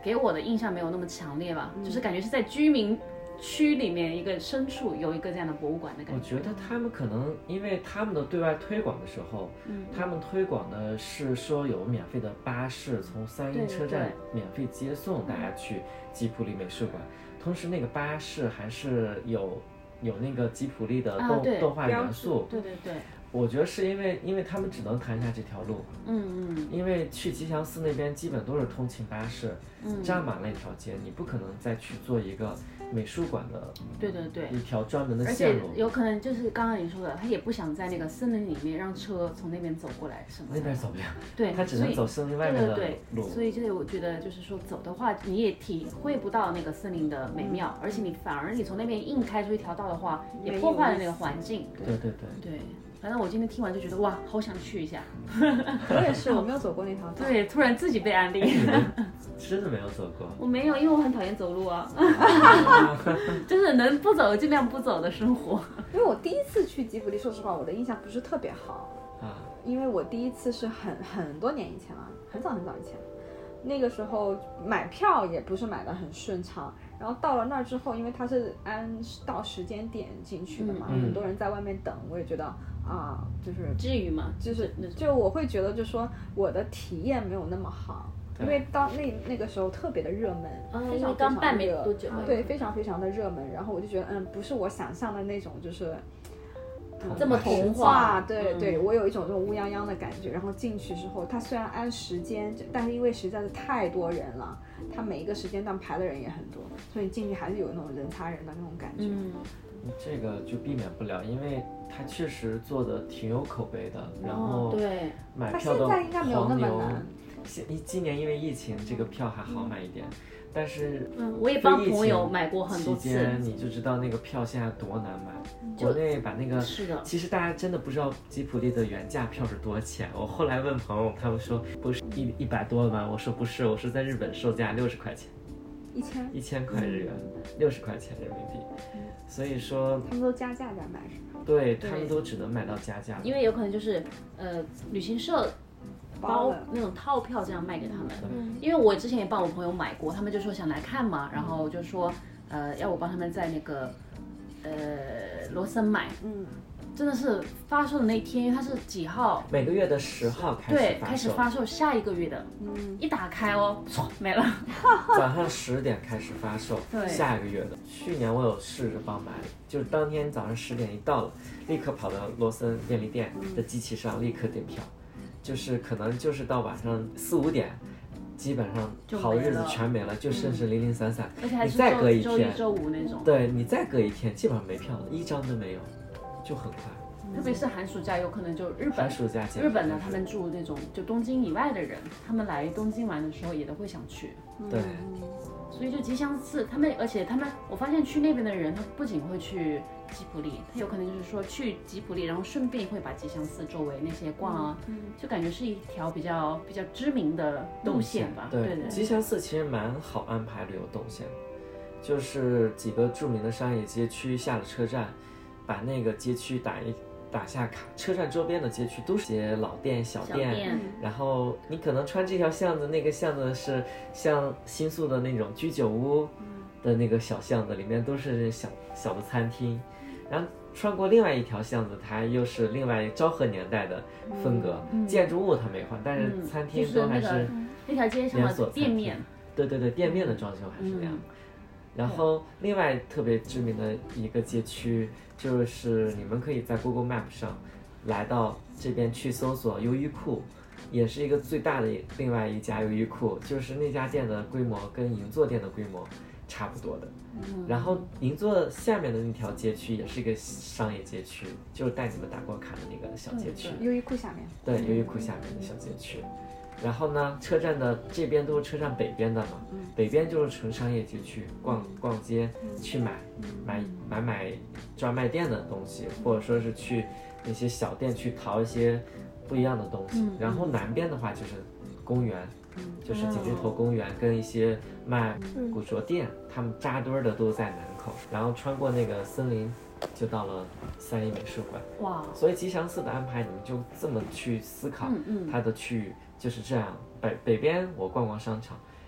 给我的印象没有那么强烈吧，就是感觉是在居民区里面一个深处有一个这样的博物馆的感觉。 我觉得他们可能因为他们的对外推广的时候，他们推广的是说有免费的巴士从三鹰车站免费接送大家去吉普力美术馆，同时那个巴士还是有那个吉普力的动画元素。 对对对。 我觉得是因为他们只能谈下这条路，因为去吉祥寺那边基本都是通勤巴士，占满了一条街，你不可能再去做一个美术馆的， 对对对， 一条专门的线路。 而且有可能就是刚刚你说的，他也不想在那个森林里面让车从那边走过来什么的。 那边走不了， 对， 他只能走森林外面的路。 对对对，所以这个我觉得就是说走的话，你也体会不到那个森林的美妙，而且你反而你从那边硬开出一条道的话，也破坏了那个环境。 对对对。 对。反正我今天听完就觉得哇，好想去一下。 我也是，我没有走过那条道。 对，突然自己被安利。 真的没有走过？ 我没有，因为我很讨厌走路啊。就是能不走尽量不走的生活。 因为我第一次去吉普力，说实话，我的印象不是特别好啊。因为我第一次是很多年以前了，很早以前。那个时候买票也不是买得很顺畅。然后到了那儿之后，因为它是按到时间点进去的嘛，很多人在外面等，我也觉得啊，就是至于吗？ 就我会觉得，就说我的体验没有那么好，因为到那个时候特别的热门，非常刚办没多久， 对，非常非常的热门。然后我就觉得，不是我想象的那种，就是这么童话。 对对，我有一种这种乌泱泱的感觉。然后进去之后，它虽然按时间，但是因为实在是太多人了。它每一个时间段排的人也很多，所以进去还是有那种人擦人的那种感觉。 这个就避免不了，因为它确实做的挺有口碑的。然后对， 买票的它现在应该没有那么难。 今年因为疫情，这个票还好买一点。但是我也帮朋友买过很多次， 期间你就知道那个票现在多难买。国内把那个是的， 其实大家真的不知道吉普力的原价票是多少钱。我后来问朋友，他们说不是100多吗？我说不是，我说在日本售价60块钱，1000块日元，60块钱人民币。所以说他们都加价在买是吧？ 对，他们都只能买到加价， 因为有可能就是旅行社包那种套票这样卖给他们。因为我之前也帮我朋友买过，他们就说想来看嘛，然后就说要我帮他们在那个罗森买。真的是发售的那天，因为它是几号？ 每个月的10号开始发售。 对，开始发售下一个月的。一打开哦，没了。 早上10点开始发售，下一个月的。去年我有试着帮买，就是当天早上10点一到了，立刻跑到罗森便利店的机器上立刻订票，就是可能就是到晚上4、5点。基本上好日子全没了，就剩是零零散散。 而且还是你再隔一天， 周一周五那种。 对，你再隔一天，基本上没票了，一张都没有，就很快。 特别是寒暑假，有可能就日本的他们住那种就东京以外的人，他们来东京玩的时候也都会想去。 对。 所以就吉祥寺，而且我发现去那边的人，他不仅会去吉普力，他有可能就是说去吉普力，然后顺便会把吉祥寺周围那些逛啊，就感觉是一条比较知名的路线吧。对， 吉祥寺其实蛮好安排旅游动线，就是几个著名的商业街区，下了车站，把那个街区打下卡，车站周边的街区都是些老店小店，然后你可能穿这条巷子，那个巷子是像新宿的那种居酒屋的那个小巷子，里面都是小的餐厅，然后穿过另外一条巷子，它又是另外昭和年代的风格，建筑物它没换，但是餐厅都还是那条街上的店面， 对，店面的装修还是那样。然后另外特别知名的一个街区，就是你们可以在 Google Map 上来到这边去搜索优衣库，也是一个最大的另外一家优衣库，就是那家店的规模跟银座店的规模差不多的。然后银座下面的那条街区也是一个商业街区，就是带你们打过卡的那个小街区。 优衣库下面。对， 优衣库下面的小街区。然后呢，车站的这边都是车站北边的嘛，北边就是纯商业街区，逛街去买专卖店的东西，或者说是去那些小店去淘一些不一样的东西。然后南边的话就是公园，就是景之头公园跟一些卖古着店，他们扎堆的都在南口，然后穿过那个森林就到了三一美术馆。 哇！ 所以吉祥寺的安排，你们就这么去思考它的区域。就是这样，北边我逛商场，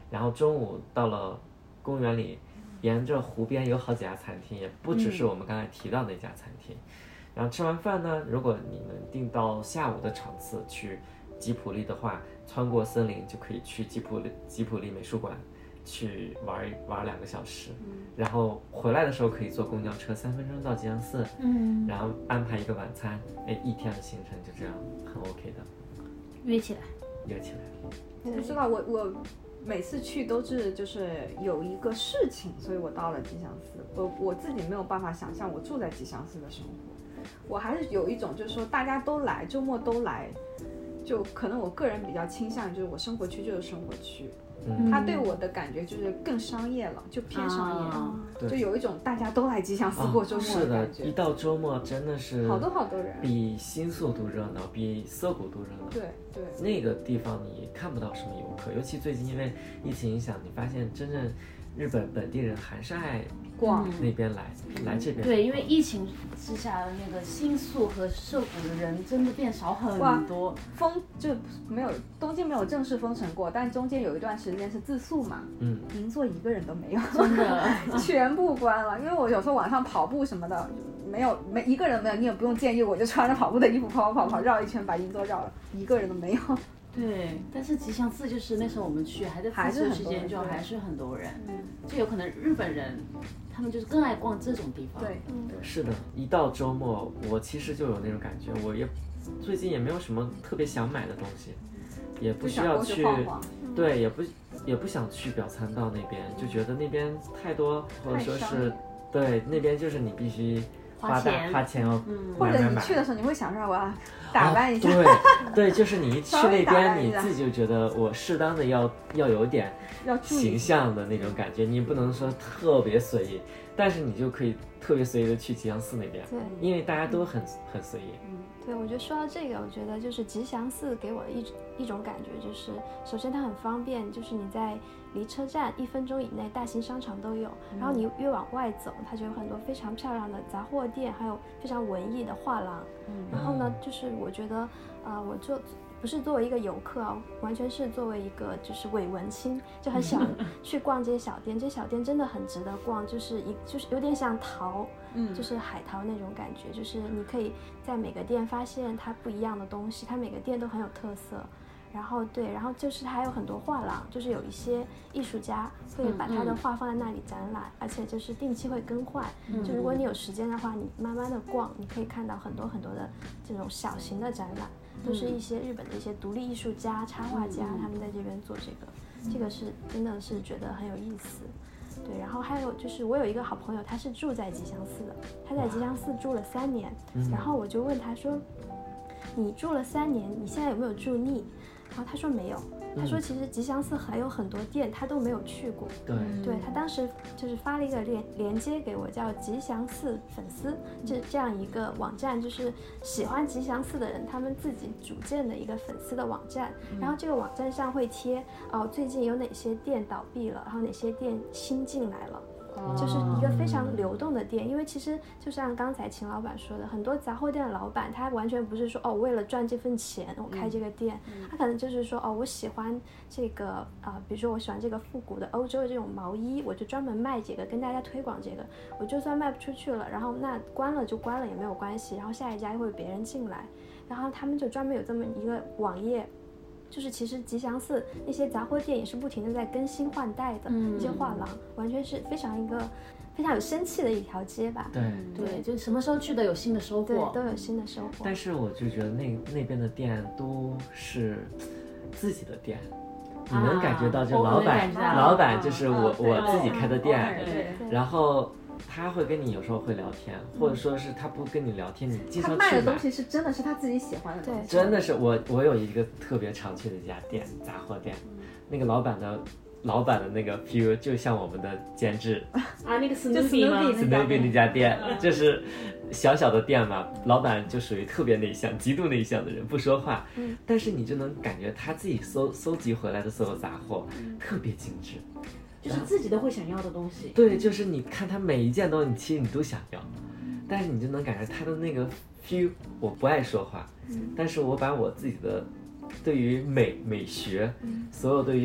然后中午到了公园里，沿着湖边有好几家餐厅，也不只是我们刚才提到那家餐厅。然后吃完饭呢，如果你们订到下午的场次去吉普力的话，穿过森林就可以去吉普力美术馆去玩2个小时，然后回来的时候可以坐公交车3分钟到吉祥寺，然后安排一个晚餐，一天的行程就这样很 OK 的。 约起来。 我知道我每次去都是就是有一个事情，所以我到了吉祥寺。我自己没有办法想象我住在吉祥寺的生活，我还是有一种就是说大家都来，周末都来，就可能我个人比较倾向于就是我生活区就是生活区。他对我的感觉就是更商业了，就偏商业，就有一种大家都来吉祥寺过周末的感觉。 是的，一到周末真的是好多人， 比新宿都热闹，比涩谷都热闹。 对， 那个地方你看不到什么游客，尤其最近因为疫情影响，你发现真正日本本地人还是爱逛那边来这边。 对，因为疫情之下，那个新宿和涩谷的人真的变少很多。 就没有东京没有正式封城过，但中间有一段时间是自宿嘛，银座一个人都没有， 真的全部关了。因为我有时候晚上跑步什么的，没一个人没有，你也不用建议，我就穿着跑步的衣服跑绕一圈，把银座绕了，一个人都没有。 对，但是吉祥寺就是那时候我们去还在自宿期间，就还是很多人，就有可能日本人他们就是更爱逛这种地方。 对， 是的，一到周末我其实就有那种感觉，我最近也没有什么特别想买的东西，也不需要去对，也不想去表参道那边，就觉得那边太多，或者说是对那边就是你必须花钱哦， 或者你去的时候你会想说我要打扮一下， 对，就是你一去那边你自己就觉得我适当的要有点形象的那种感觉，你不能说特别随意，但是你就可以特别随意的去吉祥寺那边，因为大家都很随意。 对，我觉得说到这个，我觉得就是吉祥寺给我的一种感觉，就是首先它很方便，就是你在离车站1分钟以内，大型商场都有。然后你越往外走，它就有很多非常漂亮的杂货店，还有非常文艺的画廊。然后呢，就是我觉得，我就不是作为一个游客啊，完全是作为一个就是伪文青，就很想去逛这些小店。这些小店真的很值得逛，就是有点像淘。就是海淘那种感觉，就是你可以在每个店发现它不一样的东西，它每个店都很有特色。然后就是它还有很多画廊，就是有一些艺术家会把他的画放在那里展览，而且就是定期会更换。就如果你有时间的话，你慢慢的逛，你可以看到很多的这种小型的展览，都是一些日本的一些独立艺术家、插画家，他们在这边做这个是真的是觉得很有意思。对，然后还有就是我有一个好朋友，他是住在吉祥寺的，他在吉祥寺住了3年，然后我就问他说，你住了3年，你现在有没有住腻？然后他说没有，他说其实吉祥寺还有很多店他都没有去过。对，他当时就是发了一个链接给我，叫吉祥寺粉丝，就是这样一个网站，就是喜欢吉祥寺的人他们自己组建的一个粉丝的网站。然后这个网站上会贴最近有哪些店倒闭了，然后哪些店新进来了。就是一个非常流动的店，因为其实就像刚才秦老板说的，很多杂货店的老板他完全不是说为了赚这份钱我开这个店，他可能就是说我喜欢这个比如说我喜欢这个复古的欧洲的这种毛衣，我就专门卖这个，跟大家推广这个，我就算卖不出去了，然后那关了就关了也没有关系，然后下一家又会有别人进来，然后他们就专门有这么一个网页。就是其实吉祥寺那些杂货店也是不停的在更新换代的，一些画廊完全是非常有生气的一条街吧。 对，就什么时候去都有新的收获， 对，都有新的收获。 但是我就觉得那边的店都是自己的店，你能感觉到就老板就是我自己开的店，然后他会跟你有时候会聊天，或者说是他不跟你聊天，你经常去买。他卖的东西是真的是他自己喜欢的东西。 真的是我有一个特别常去的一家店，杂货店，那个老板的那个 feel 就像我们的监制那个 Snoopy 那家店，就是小小的店嘛，老板就属于特别内向、极度内向的人，不说话，但是你就能感觉他自己搜集回来的所有杂货特别精致。 就是自己都会想要的东西。 对，就是你看他每一件东西，其实你都想要，但是你就能感觉他的那个 feel。我不爱说话，但是我把我自己的对于美学，所有对于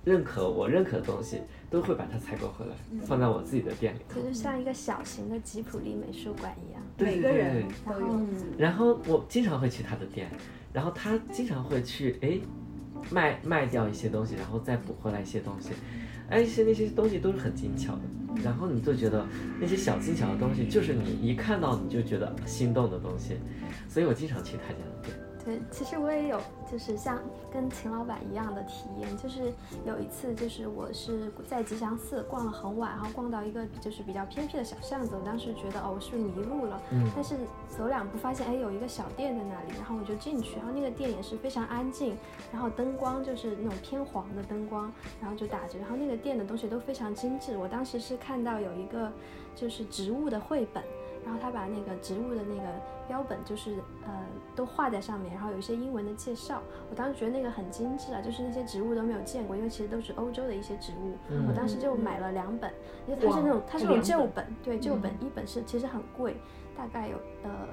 认可的东西，都会把它采购回来，放在我自己的店里头。 就是像一个小型的吉普力美术馆一样， 对每个人都有。 然后我经常会去他的店，然后他经常会去卖掉一些东西，然后再补回来一些东西，那些东西都是很精巧的。然后你就觉得那些小精巧的东西，就是你一看到你就觉得心动的东西，所以我经常去他家的店。 对，其实我也有，就是像跟秦老板一样的体验，就是有一次，就是我是在吉祥寺逛了很晚，然后逛到一个就是比较偏僻的小巷子，我当时觉得我是不是迷路了？但是走两步发现有一个小店在那里，然后我就进去，然后那个店也是非常安静，然后灯光就是那种偏黄的灯光，然后就打着，然后那个店的东西都非常精致。我当时是看到有一个就是植物的绘本。然后他把那个植物的那个标本就是都画在上面，然后有一些英文的介绍。我当时觉得那个很精致啊，就是那些植物都没有见过，因为其实都是欧洲的一些植物。我当时就买了2本，因为它是那种旧本，对，旧本一本是其实很贵，大概有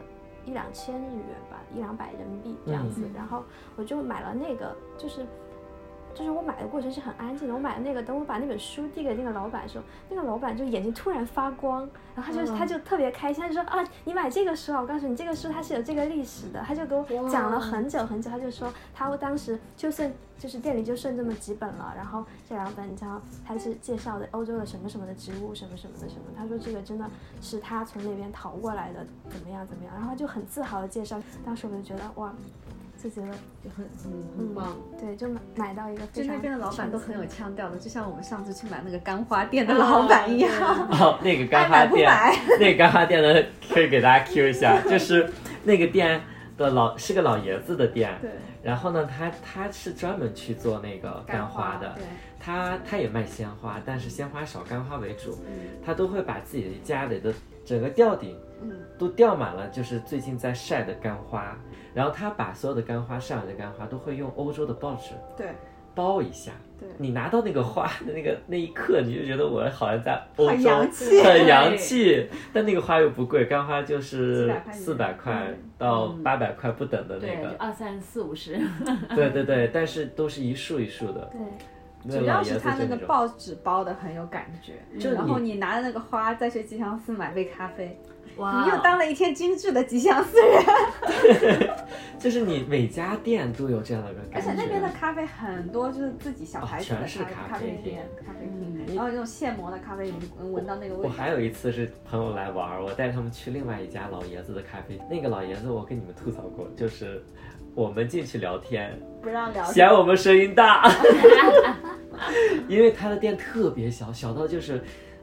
1-2千日元吧，100-200人民币这样子。然后我就买了那个，就是我买的过程是很安静的。我买的那个，等我把那本书递给那个老板的时候，那个老板就眼睛突然发光，然后他就特别开心，他就说你买这个书啊，我告诉你这个书它是有这个历史的，他就给我讲了很久很久，他就说他当时就是店里就剩这么几本了，然后这2本他是介绍的欧洲的什么什么的植物什么什么的什么，他说这个真的是他从那边淘过来的，怎么样，然后他就很自豪的介绍，当时我就觉得哇。就觉得很棒， 对，就买到一个非常， 就那边的老板都很有腔调的，就像我们上次去买那个干花店的老板一样。 那个干花店，那个干花店呢，可以给大家 Q 一下，就是那个店的是个老爷子的店， 对。 然后呢，他是专门去做那个干花的， 对。 他也卖鲜花，但是鲜花少，干花为主。他都会把自己的家里的整个吊顶，都吊满了，就是最近在晒的干花。然后他把所有的干花晒完的干花都会用欧洲的报纸包一下。 对， 你拿到那个花的那一刻，你就觉得我好像在欧洲， 很洋气。但那个花又不贵，干花就是400块到800块不等的那个 ，2、3、4、50。 对，但是都是一束一束的。 对，主要是他那个报纸包的很有感觉，然后你拿着那个花再去吉祥寺买杯咖啡。你又当了一天精致的吉祥寺人。 就是你每家店都有这样的一个感觉， 而且那边的咖啡很多，就是自己小牌子的全是咖啡店，然后这种现磨的咖啡，你能闻到那个味道。 我还有一次是朋友来玩，我带他们去另外一家老爷子的咖啡，那个老爷子我跟你们吐槽过，就是我们进去聊天不让聊天， 嫌我们声音大。因为他的店特别小，小到就是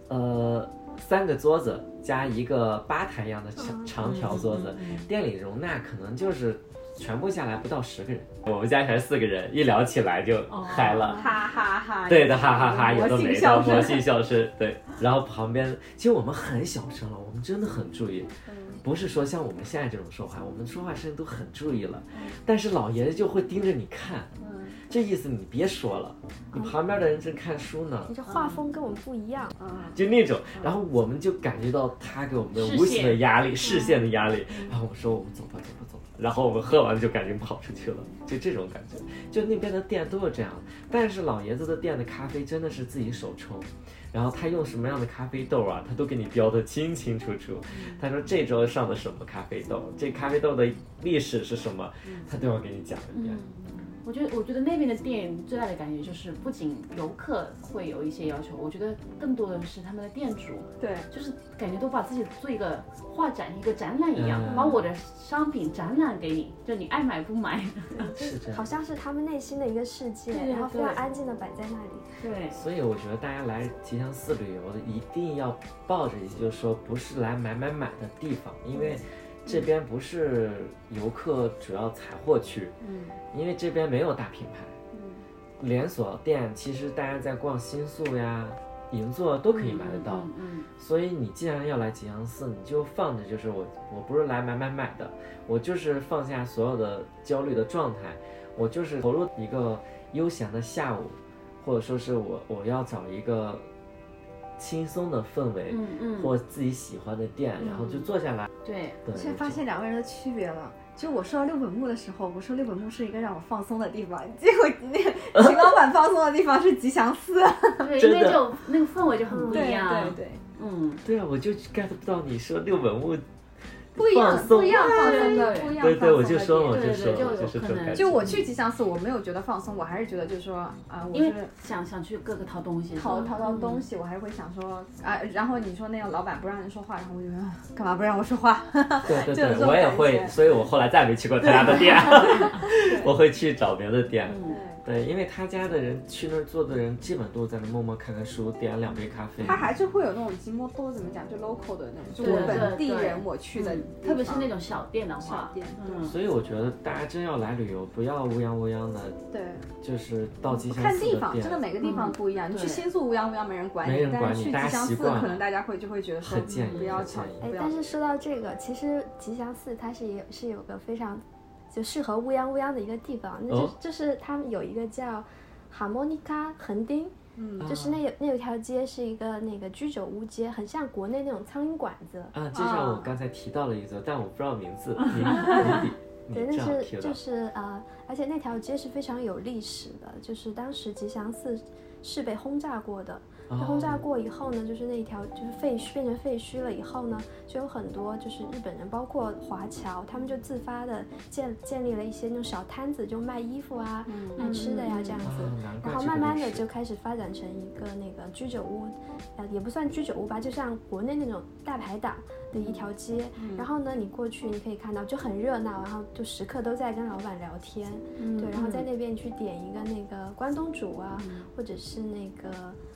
3个桌子加一个吧台一样的长条桌子，店里容纳可能就是全部下来不到10个人，我们加起来4个人，一聊起来就嗨了， 哈哈哈。 对的，哈哈哈，有的没的，魔性笑声，对。然后旁边，其实我们很小声了，我们真的很注意，不是说像我们现在这种说话，我们说话声都很注意了，但是老爷子就会盯着你看。这意思你别说了，你旁边的人正看书呢。 你这画风跟我们不一样， 就那种，然后我们就感觉到他给我们的无形的压力，视线的压力。然后我们说我们走吧，然后我们喝完就赶紧跑出去了，就这种感觉。就那边的店都是这样，但是老爷子的店的咖啡真的是自己手冲，然后他用什么样的咖啡豆啊，他都给你标得清清楚楚。他说这周上的什么咖啡豆，这咖啡豆的历史是什么，他都要给你讲一遍。 我觉得那边的店最大的感觉就是，不仅游客会有一些要求，我觉得更多的是他们的店主， 对， 就是感觉都把自己做一个画展、一个展览一样，把我的商品展览给你，就你爱买不买， 是这样， 好像是他们内心的一个世界，然后非常安静的摆在那里。 对， 所以我觉得大家来吉祥寺旅游的一定要抱着，也就是说不是来买的地方，因为这边不是游客主要采货区，因为这边没有大品牌，连锁店其实大家在逛新宿呀、银座都可以买得到，所以你既然要来吉祥寺，你就放着，就是我不是来买的，我就是放下所有的焦虑的状态，我就是投入一个悠闲的下午，或者说是我要找一个轻松的氛围，或自己喜欢的店，然后就坐下来。 对， 现在发现2个人的区别了。 就我说到六本木的时候，我说六本木是一个让我放松的地方，结果那个秦老板放松的地方是吉祥寺。 对，因为就那个氛围就很不一样。 对， 对啊，我就 get 不到你说六本木不一样放松的，不一样。 对，我就说嘛， 就是这种感觉。 就我去吉祥寺，我没有觉得放松，我还是觉得就是说因为想去各个淘东西， 淘东西，我还会想说然后你说那个老板不让人说话，然后我就干嘛不让我说话？ 对，我也会，所以我后来再没去过他家的店，我会去找别的店。对，因为他家的人去那儿坐的人，基本都在那默默看看书，点2杯咖啡。 他还是会有那种吉摩多怎么讲，就 local 的那种，就我本地人我去的， 特别是那种小店的话， 所以我觉得大家真要来旅游，不要乌泱乌泱的， 对， 就是到吉祥寺看地方，真的每个地方不一样。你去新宿乌泱乌泱没人管你，但是去吉祥寺可能大家就会觉得说不要吵。 但是说到这个，其实吉祥寺它是有个非常就适合乌泱乌泱的一个地方，那就是他们有一个叫哈莫尼卡横丁，就是那有条街是一个那个居酒屋街，很像国内那种苍蝇馆子啊。街上我刚才提到了一座，但我不知道名字。 对，就是而且那条街是非常有历史的，就是当时吉祥寺是被轰炸过的。被轰炸过以后呢，就是那一条就是变成废墟了以后呢，就有很多就是日本人，包括华侨，他们就自发的建立了一些那种小摊子，就卖衣服啊、卖吃的呀这样子，然后慢慢的就开始发展成一个那个居酒屋，也不算居酒屋吧，就像国内那种大排档的一条街，然后呢你过去你可以看到就很热闹，然后就时刻都在跟老板聊天，对，然后在那边去点一个那个关东煮啊，或者是那个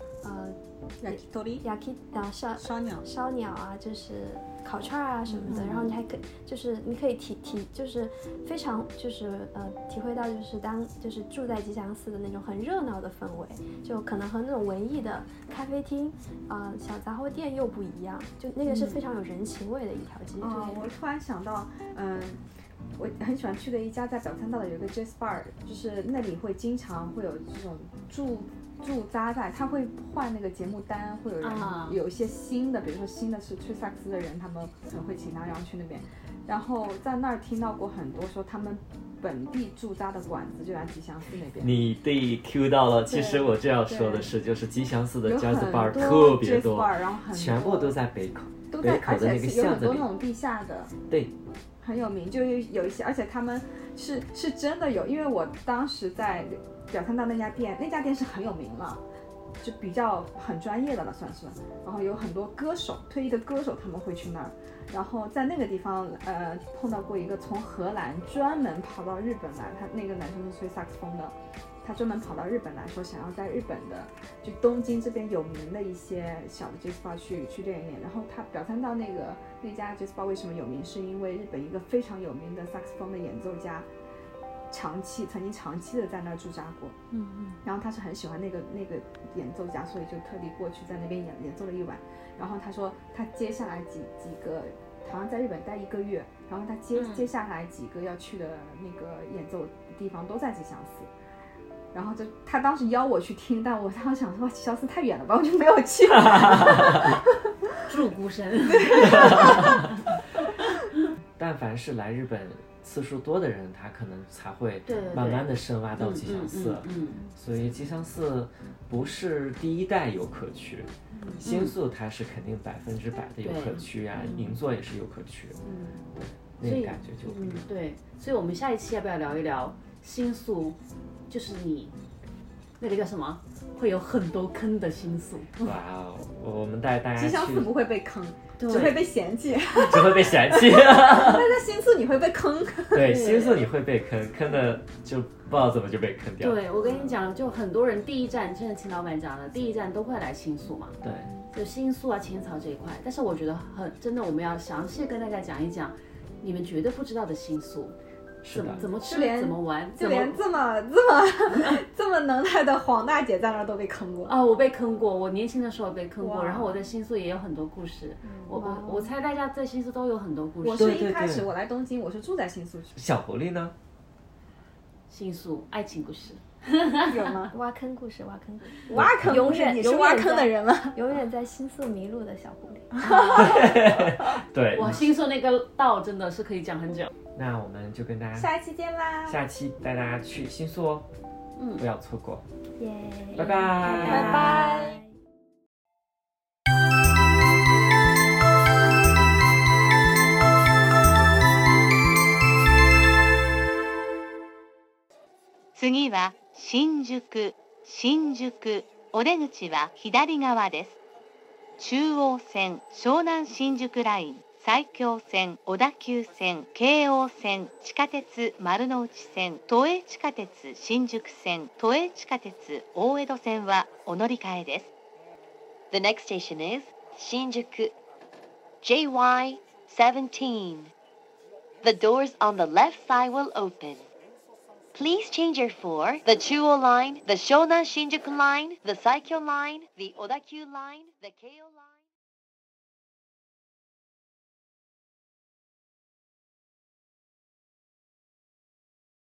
烧鸟啊，就是烤串啊什么的，然后你还可以就是你可以就是非常就是体会到就是住在吉祥寺的那种很热闹的氛围，就可能和那种文艺的咖啡厅小杂货店又不一样，就那个是非常有人情味的一条街。 我突然想到我很喜欢去的一家在表参道的有一个 Jazz Bar， 就是那里会经常会有这种驻扎在，他会换那个节目单，会有人有一些新的，比如说新的是吹萨克斯的人，他们可能会请他，然后去那边，然后在那儿听到过很多说他们本地驻扎的馆子就在吉祥寺那边。 你被 Q 到了，其实我这要说的是，就是吉祥寺的 Jazz Bar 特别多， 然后全部都在北口， 都在， 北口的那个巷子里， 有很多那种地下的， 对， 很有名，就有一些，而且他们是真的有，因为我当时在表参道那家店是很有名了，就比较很专业的了算是，然后有很多歌手，退役的歌手他们会去那儿，然后在那个地方碰到过一个从荷兰专门跑到日本来，他那个男生是吹萨克斯风的，他专门跑到日本来说想要在日本的就东京这边有名的一些小的 jazz bar 去练一练，然后他表参道那家 jazz bar 为什么有名，是因为日本一个非常有名的萨克斯风的演奏家曾经长期的在那儿驻扎过，然后他是很喜欢那个演奏家，所以就特地过去在那边演奏了一晚。然后他说他接下来几个好像在日本待1个月，然后他接下来几个要去的那个演奏地方都在吉祥寺，然后他当时邀我去听，但我当时想说吉祥寺太远了吧，我就没有去。 住孤身。 但凡是来日本次数多的人，他可能才会慢慢的深挖到吉祥寺，所以吉祥寺不是第一代游客区，新宿它是肯定100%的游客区啊，银座也是游客区，对，那个感觉就对，所以我们下一期要不要聊一聊新宿，就是你那个叫什么，会有很多坑的新宿。 哇哦，我们带大家去吉祥寺不会被坑，只会被嫌弃， 只会被嫌弃。 但在新宿你会被坑。 对，新宿你会被坑的就不知道怎么就被坑掉。 对，我跟你讲，就很多人第一站，就像秦老板讲的，第一站都会来新宿嘛。 对， 就新宿啊、浅草这一块。但是我觉得真的，我们要详细跟大家讲一讲，你们绝对不知道的新宿。怎么吃怎么玩， 就连这么能耐的黄大姐在那儿都被坑过啊！我被坑过，我年轻的时候被坑过，然后我在新宿也有很多故事。我猜大家在新宿都有很多故事。 我是一开始我来东京，我是住在新宿区。 小狐狸呢？ 新宿爱情故事。 有吗？ 挖坑故事，挖坑故事， 挖坑故事，你是挖坑的人吗？ 永远在新宿迷路的小狐狸。 对， 哇，新宿那个道真的是可以讲很久。 那我们就跟大家下一期见啦！ 下期带大家去新宿哦，不要错过， 耶， 拜拜， 拜拜。 次は新宿、新宿、お出口は左側です。中央線、湘南新宿ライン、埼京線、小田急線、京王線、地下鉄丸ノ内線、都営地下鉄新宿線、都営地下鉄大江戸線はお乗り換えです。The next station is 新宿 JY17. The doors on the left side will open. Please change your for the Chuo line, the Shonan Shinjuku line, the Saikyo line, the Odakyu line, the Keio line.